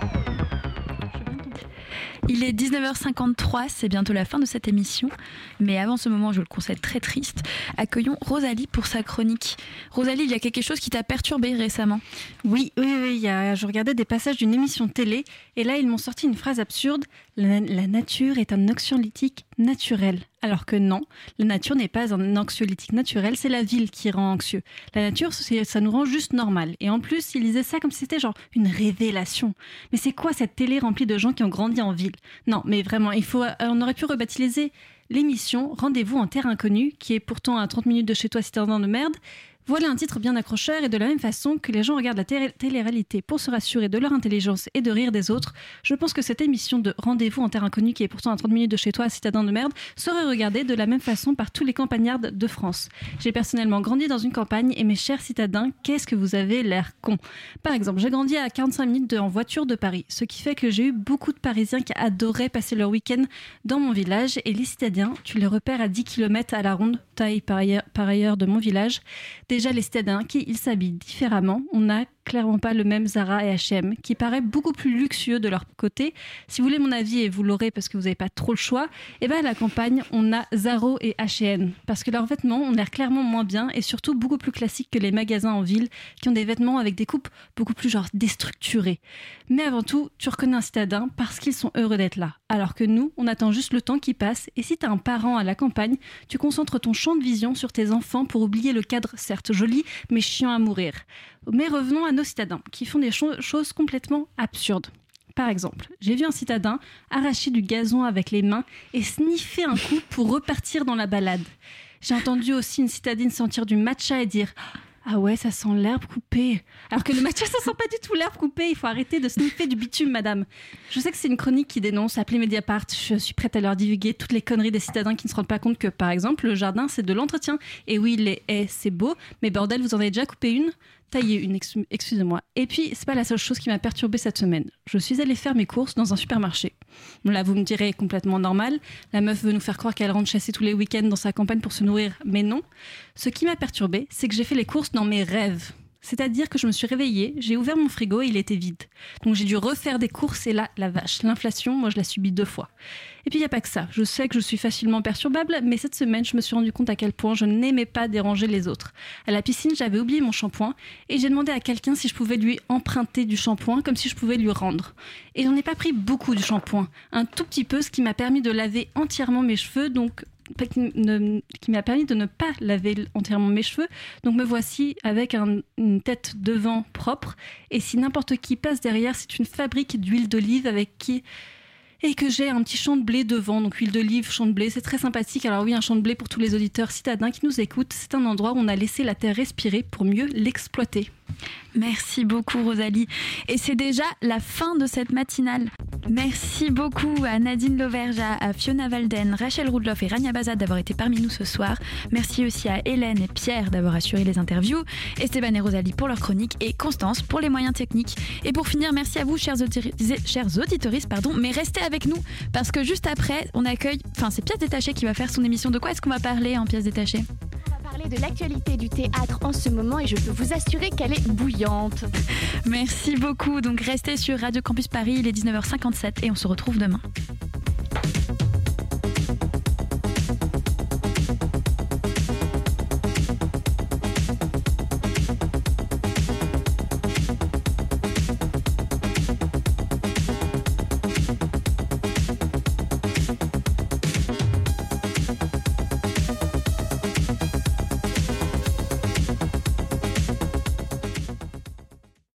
Il est dix-neuf heures cinquante-trois, c'est bientôt la fin de cette émission. Mais avant ce moment, je le constate très triste, accueillons Rosalie pour sa chronique. Rosalie, il y a quelque chose qui t'a perturbée récemment. Oui, oui, oui. Il y a, je regardais des passages d'une émission télé et là, ils m'ont sorti une phrase absurde. La, la nature est un anxiolytique naturel. Alors que non, la nature n'est pas un anxiolytique naturel, c'est la ville qui rend anxieux. La nature, ça nous rend juste normal. Et en plus, ils disaient ça comme si c'était genre une révélation. Mais c'est quoi cette télé remplie de gens qui ont grandi en ville ? Non, mais vraiment, il faut, on aurait pu rebaptiser l'émission Rendez-vous en terre inconnue, qui est pourtant à trente minutes de chez toi, citadin de merde. Voilà un titre bien accrocheur et de la même façon que les gens regardent la té- télé-réalité pour se rassurer de leur intelligence et de rire des autres, je pense que cette émission de Rendez-vous en terre inconnue, qui est pourtant à trente minutes de chez toi, citadin de merde, serait regardée de la même façon par tous les campagnards de France. J'ai personnellement grandi dans une campagne et mes chers citadins, qu'est-ce que vous avez l'air con. Par exemple, j'ai grandi à quarante-cinq minutes de, en voiture de Paris, ce qui fait que j'ai eu beaucoup de Parisiens qui adoraient passer leur week-end dans mon village et les citadins, tu les repères à dix kilomètres à la ronde, taille par ailleurs, par ailleurs de mon village. Déjà, les citadins qui ils s'habillent différemment. On n'a clairement pas le même Zara et H et M qui paraît beaucoup plus luxueux de leur côté. Si vous voulez mon avis, et vous l'aurez parce que vous n'avez pas trop le choix, et ben à la campagne, on a Zara et H et M parce que leurs vêtements ont l'air clairement moins bien et surtout beaucoup plus classiques que les magasins en ville qui ont des vêtements avec des coupes beaucoup plus genre déstructurées. Mais avant tout, tu reconnais un citadin parce qu'ils sont heureux d'être là. Alors que nous, on attend juste le temps qui passe et si tu as un parent à la campagne, tu concentres ton champ de vision sur tes enfants pour oublier le cadre certes joli mais chiant à mourir. Mais revenons à nos citadins qui font des cho- choses complètement absurdes. Par exemple, j'ai vu un citadin arracher du gazon avec les mains et sniffer un coup pour repartir dans la balade. J'ai entendu aussi une citadine sentir du matcha et dire « Ah ouais, ça sent l'herbe coupée ». Alors que le matcha, ça sent pas du tout l'herbe coupée. Il faut arrêter de sniffer du bitume, madame. Je sais que c'est une chronique qui dénonce, appelez Mediapart. Je suis prête à leur divulguer toutes les conneries des citadins qui ne se rendent pas compte que, par exemple, le jardin, c'est de l'entretien. Et oui, les haies, c'est beau, mais bordel, vous en avez déjà coupé une ? Taillé une, ex- excusez-moi. Et puis, c'est pas la seule chose qui m'a perturbée cette semaine. Je suis allée faire mes courses dans un supermarché. Bon, là, vous me direz complètement normal. La meuf veut nous faire croire qu'elle rentre chasser tous les week-ends dans sa campagne pour se nourrir, mais non. Ce qui m'a perturbée, c'est que j'ai fait les courses dans mes rêves. C'est-à-dire que je me suis réveillée, j'ai ouvert mon frigo et il était vide. Donc j'ai dû refaire des courses et là, la vache, l'inflation, moi je la subis deux fois. Et puis il n'y a pas que ça, je sais que je suis facilement perturbable, mais cette semaine je me suis rendu compte à quel point je n'aimais pas déranger les autres. À la piscine, j'avais oublié mon shampoing et j'ai demandé à quelqu'un si je pouvais lui emprunter du shampoing, comme si je pouvais lui rendre. Et j'en ai pas pris beaucoup du shampoing, un tout petit peu, ce qui m'a permis de laver entièrement mes cheveux, donc... Qui, ne, qui m'a permis de ne pas laver entièrement mes cheveux. Donc me voici avec un, une tête devant propre. Et si n'importe qui passe derrière, c'est une fabrique d'huile d'olive avec qui... Et que j'ai un petit champ de blé devant, donc huile d'olive, champ de blé, c'est très sympathique. Alors oui, un champ de blé pour tous les auditeurs citadins qui nous écoutent, c'est un endroit où on a laissé la terre respirer pour mieux l'exploiter. Merci beaucoup Rosalie. Et c'est déjà la fin de cette matinale. Merci beaucoup à Nadine Lauverja, à Fiona Walden, Rachel Roudloff et Rania Bazad d'avoir été parmi nous ce soir. Merci aussi à Hélène et Pierre d'avoir assuré les interviews, Esteban et Rosalie pour leur chronique et Constance pour les moyens techniques. Et pour finir, merci à vous chers, autori- chers auditoristes, pardon, mais restez avec nous parce que juste après, on accueille, enfin c'est Pièce Détachée qui va faire son émission. De quoi est-ce qu'on va parler en Pièce Détachée ? De l'actualité du théâtre en ce moment et je peux vous assurer qu'elle est bouillante. Merci beaucoup. Donc restez sur Radio Campus Paris, il est dix-neuf heures cinquante-sept et on se retrouve demain.